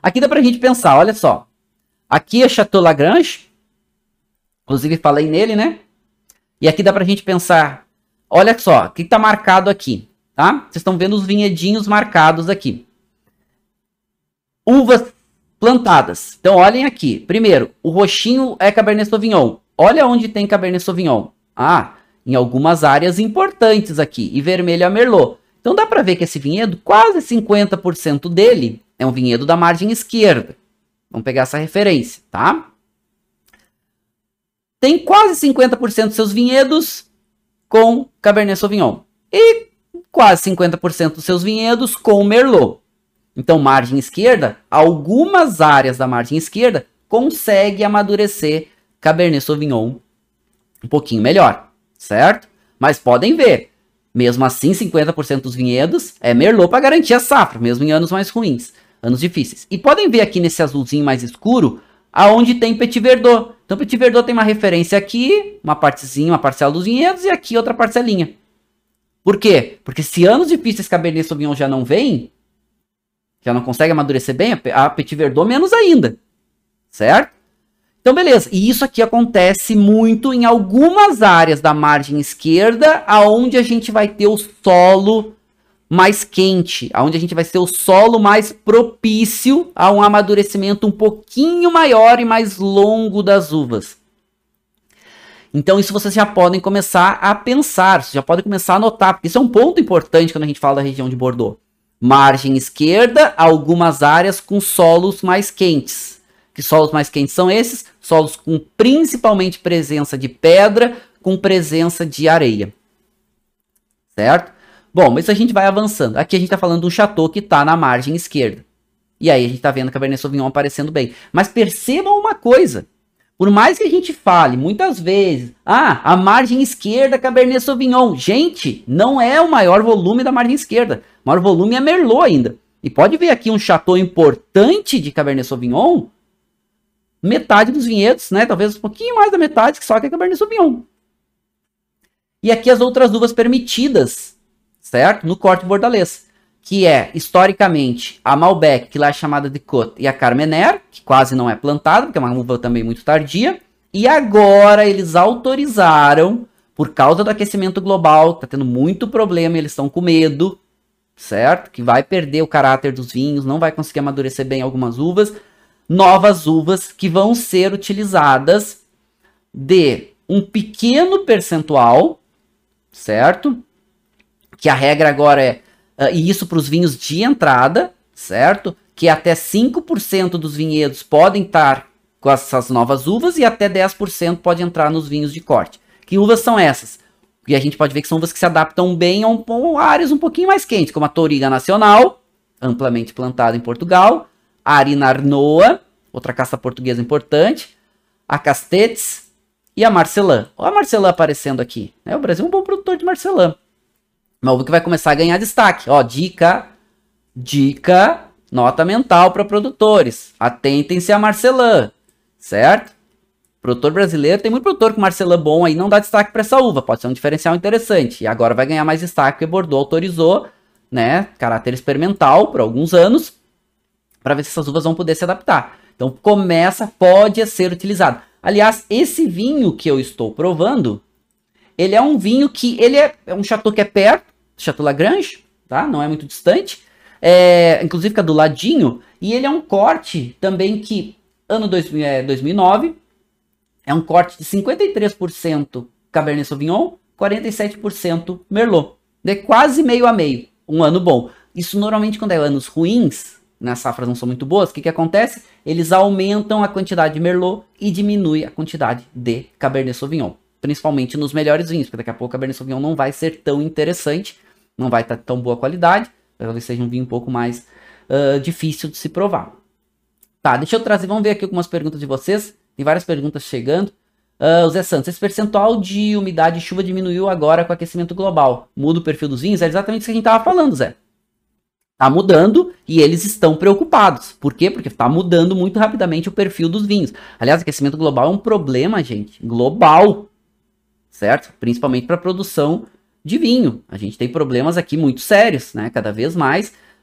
Aqui dá pra gente pensar, olha só. Aqui é Chateau Lagrange. Inclusive falei nele, né? E aqui dá pra gente pensar, olha só, o que tá marcado aqui, tá? Vocês estão vendo os vinhedinhos marcados aqui. Uvas plantadas. Então, olhem aqui. Primeiro, o roxinho é Cabernet Sauvignon. Olha onde tem Cabernet Sauvignon. Ah, em algumas áreas importantes aqui. E vermelho é Merlot. Então, dá pra ver que esse vinhedo, quase cinquenta por cento dele é um vinhedo da margem esquerda. Vamos pegar essa referência, tá? Tem quase cinquenta por cento dos seus vinhedos com Cabernet Sauvignon. E quase cinquenta por cento dos seus vinhedos com Merlot. Então, margem esquerda, algumas áreas da margem esquerda consegue amadurecer Cabernet Sauvignon um pouquinho melhor, certo? Mas podem ver, mesmo assim, cinquenta por cento dos vinhedos é Merlot para garantir a safra, mesmo em anos mais ruins, anos difíceis. E podem ver aqui nesse azulzinho mais escuro, aonde tem Petit Verdot. Então, Petit Verdot tem uma referência aqui, uma partezinha, uma parcela dos vinhedos, e aqui outra parcelinha. Por quê? Porque se anos difíceis Cabernet Sauvignon já não vem, já não consegue amadurecer bem, a Petit Verdot menos ainda, certo? Então, beleza. E isso aqui acontece muito em algumas áreas da margem esquerda, aonde a gente vai ter o solo mais quente, aonde a gente vai ter o solo mais propício a um amadurecimento um pouquinho maior e mais longo das uvas. Então, isso vocês já podem começar a pensar, vocês já podem começar a anotar, porque isso é um ponto importante quando a gente fala da região de Bordeaux. Margem esquerda, algumas áreas com solos mais quentes. Que solos mais quentes são esses? Solos com principalmente presença de pedra, com presença de areia. Certo? Bom, mas a gente vai avançando. Aqui a gente está falando de um chateau que está na margem esquerda. E aí a gente está vendo Cabernet Sauvignon aparecendo bem. Mas percebam uma coisa. Por mais que a gente fale muitas vezes, ah, a margem esquerda Cabernet Sauvignon. Gente, não é o maior volume da margem esquerda. O maior volume é Merlot ainda. E pode ver aqui um chateau importante de Cabernet Sauvignon. Metade dos vinhedos, né? Talvez um pouquinho mais da metade, que só que é Cabernet Sauvignon. E aqui as outras uvas permitidas, certo? No corte bordalês. Que é, historicamente, a Malbec, que lá é chamada de Côte, e a Carmenère, que quase não é plantada, porque é uma uva também muito tardia. E agora eles autorizaram, por causa do aquecimento global, tá tendo muito problema, eles estão com medo, certo? Que vai perder o caráter dos vinhos, não vai conseguir amadurecer bem algumas uvas. Novas uvas que vão ser utilizadas de um pequeno percentual, certo? Que a regra agora é, uh, e isso para os vinhos de entrada, certo? Que até cinco por cento dos vinhedos podem estar com essas novas uvas e até dez por cento pode entrar nos vinhos de corte. Que uvas são essas? E a gente pode ver que são uvas que se adaptam bem a, um, a áreas um pouquinho mais quentes, como a Touriga Nacional, amplamente plantada em Portugal, a Arinarnoa, outra caça portuguesa importante, a Castetes e a Marcelin. Olha a Marcelin aparecendo aqui. Né? O Brasil é um bom produtor de Marcelin. Uma uva que vai começar a ganhar destaque. Ó, dica, dica, nota mental para produtores. Atentem-se a Marcelin, certo? Produtor brasileiro, tem muito produtor com Marcelin bom aí, não dá destaque para essa uva. Pode ser um diferencial interessante. E agora vai ganhar mais destaque porque Bordeaux autorizou, né, caráter experimental por alguns anos, para ver se essas uvas vão poder se adaptar. Então começa, pode ser utilizado. Aliás, esse vinho que eu estou provando, ele é um vinho que, ele é, é um chateau que é perto, Chateau Lagrange, tá? Não é muito distante. É, inclusive fica do ladinho. E ele é um corte também que, ano dois mil, é, dois mil e nove, é um corte de cinquenta e três por cento Cabernet Sauvignon, quarenta e sete por cento Merlot. É quase meio a meio, um ano bom. Isso normalmente quando é anos ruins, nas safras não são muito boas, o que, que acontece? Eles aumentam a quantidade de Merlot e diminui a quantidade de Cabernet Sauvignon. Principalmente nos melhores vinhos, porque daqui a pouco o Cabernet Sauvignon não vai ser tão interessante, não vai estar tão boa qualidade, talvez seja um vinho um pouco mais uh, difícil de se provar. Tá, deixa eu trazer, vamos ver aqui algumas perguntas de vocês, tem várias perguntas chegando. Uh, o Zé Santos, esse percentual de umidade e chuva diminuiu agora com o aquecimento global, muda o perfil dos vinhos? É exatamente isso que a gente estava falando, Zé. Tá mudando e eles estão preocupados. Por quê? Porque tá mudando muito rapidamente o perfil dos vinhos. Aliás, aquecimento global é um problema, gente, global, certo? Principalmente para a produção de vinho. A gente tem problemas aqui muito sérios, né? Cada vez mais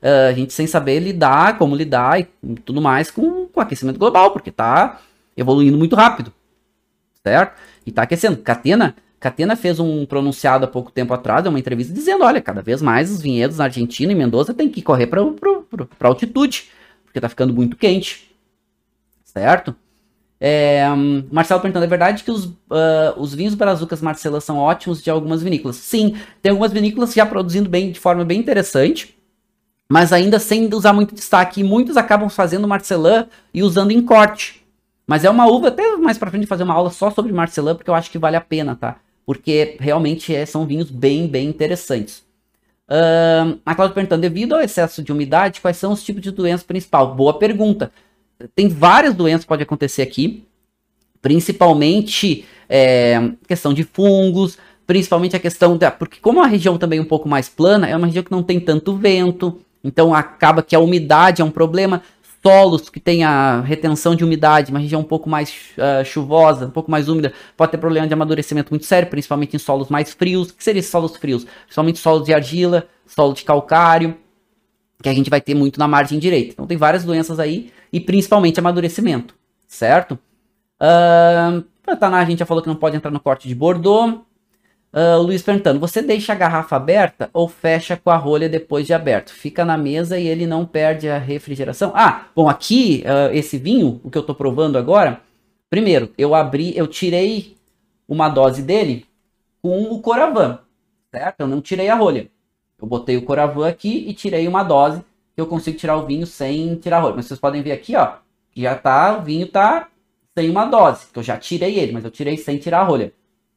uh, a gente sem saber lidar, como lidar e tudo mais com, com o aquecimento global, porque tá evoluindo muito rápido, certo? E tá aquecendo. Catena, Catena fez um pronunciado há pouco tempo atrás, uma entrevista dizendo, olha, cada vez mais os vinhedos na Argentina e Mendoza tem que correr para para altitude, porque tá ficando muito quente, certo? É, um, Marcelo perguntando, é verdade que os, uh, os vinhos brazucas Marcela são ótimos de algumas vinícolas? Sim, tem algumas vinícolas já produzindo bem, de forma bem interessante, mas ainda sem usar muito destaque, e muitos acabam fazendo Marcelã e usando em corte. Mas é uma uva, até mais pra frente fazer uma aula só sobre Marcelã, porque eu acho que vale a pena, tá? Porque realmente é, são vinhos bem, bem interessantes. Uh, a Cláudia perguntando, devido ao excesso de umidade, quais são os tipos de doença principal? Boa pergunta. Tem várias doenças que podem acontecer aqui, principalmente é, questão de fungos, principalmente a questão da... Porque como a região também é um pouco mais plana, é uma região que não tem tanto vento, então acaba que a umidade é um problema. Solos que tem a retenção de umidade, uma região um pouco mais uh, chuvosa, um pouco mais úmida, pode ter problema de amadurecimento muito sério, principalmente em solos mais frios. O que seriam esses solos frios? Principalmente solos de argila, solo de calcário, que a gente vai ter muito na margem direita. Então tem várias doenças aí, e principalmente amadurecimento, certo? Uh, a Taná, a gente já falou que não pode entrar no corte de Bordeaux. Uh, o Luiz perguntando, você deixa a garrafa aberta ou fecha com a rolha depois de aberto? Fica na mesa e ele não perde a refrigeração? Ah, bom, aqui, uh, esse vinho, o que eu tô provando agora, primeiro, eu abri, eu tirei uma dose dele com o Coravin, certo? Eu não tirei a rolha. Eu botei o Coravin aqui e tirei uma dose, que eu consigo tirar o vinho sem tirar a rolha. Mas vocês podem ver aqui, ó, que já tá, o vinho tá sem uma dose, que eu já tirei ele, mas eu tirei sem tirar a rolha.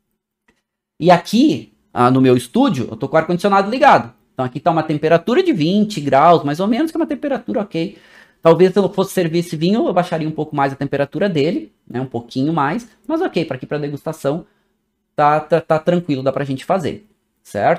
E aqui, ah, no meu estúdio, eu tô com o ar-condicionado ligado. Então aqui tá uma temperatura de vinte graus, mais ou menos, que é uma temperatura ok. Talvez se eu fosse servir esse vinho, eu baixaria um pouco mais a temperatura dele, né, um pouquinho mais. Mas ok, para aqui para degustação, tá, tá, tá tranquilo, dá pra gente fazer, certo?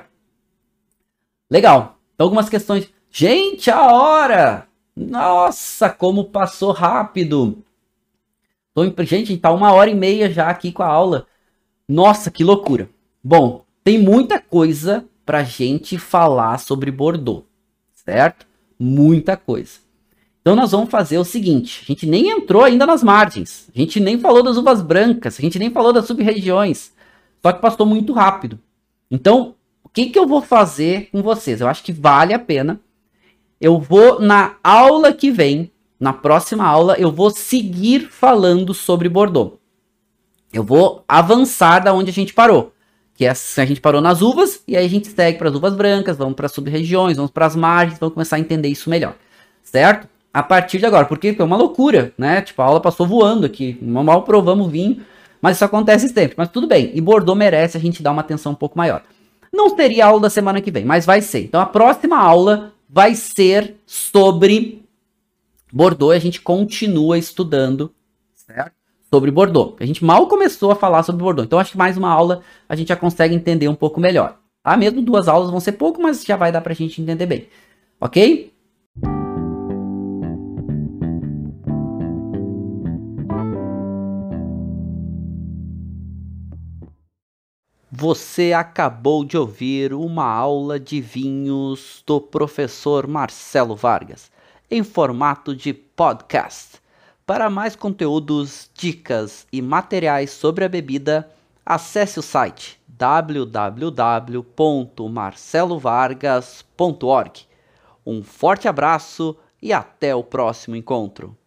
Legal. Então algumas questões. Gente, a hora! Nossa, como passou rápido! Tô, gente, tá uma hora e meia já aqui com a aula. Nossa, que loucura! Bom, tem muita coisa pra gente falar sobre Bordeaux, certo? Muita coisa. Então nós vamos fazer o seguinte, a gente nem entrou ainda nas margens, a gente nem falou das uvas brancas, a gente nem falou das sub-regiões, só que passou muito rápido. Então, o que que eu vou fazer com vocês? Eu acho que vale a pena. Eu vou, na aula que vem, na próxima aula, eu vou seguir falando sobre Bordeaux. Eu vou avançar da onde a gente parou. Que é, a gente parou nas uvas, e aí a gente segue para as uvas brancas, vamos para as sub-regiões, vamos para as margens, vamos começar a entender isso melhor, certo? A partir de agora, porque foi uma loucura, né? Tipo, a aula passou voando aqui, mal provamos o vinho, mas isso acontece sempre, mas tudo bem. E Bordeaux merece a gente dar uma atenção um pouco maior. Não teria aula da semana que vem, mas vai ser. Então a próxima aula vai ser sobre Bordeaux, e a gente continua estudando, certo? Sobre Bordeaux. A gente mal começou a falar sobre Bordeaux. Então acho que mais uma aula a gente já consegue entender um pouco melhor. Tá? Mesmo duas aulas vão ser pouco, mas já vai dar pra gente entender bem. Ok? Você acabou de ouvir uma aula de vinhos do professor Marcelo Vargas, em formato de podcast. Para mais conteúdos, dicas e materiais sobre a bebida, acesse o site w w w ponto marcelo vargas ponto org. Um forte abraço e até o próximo encontro.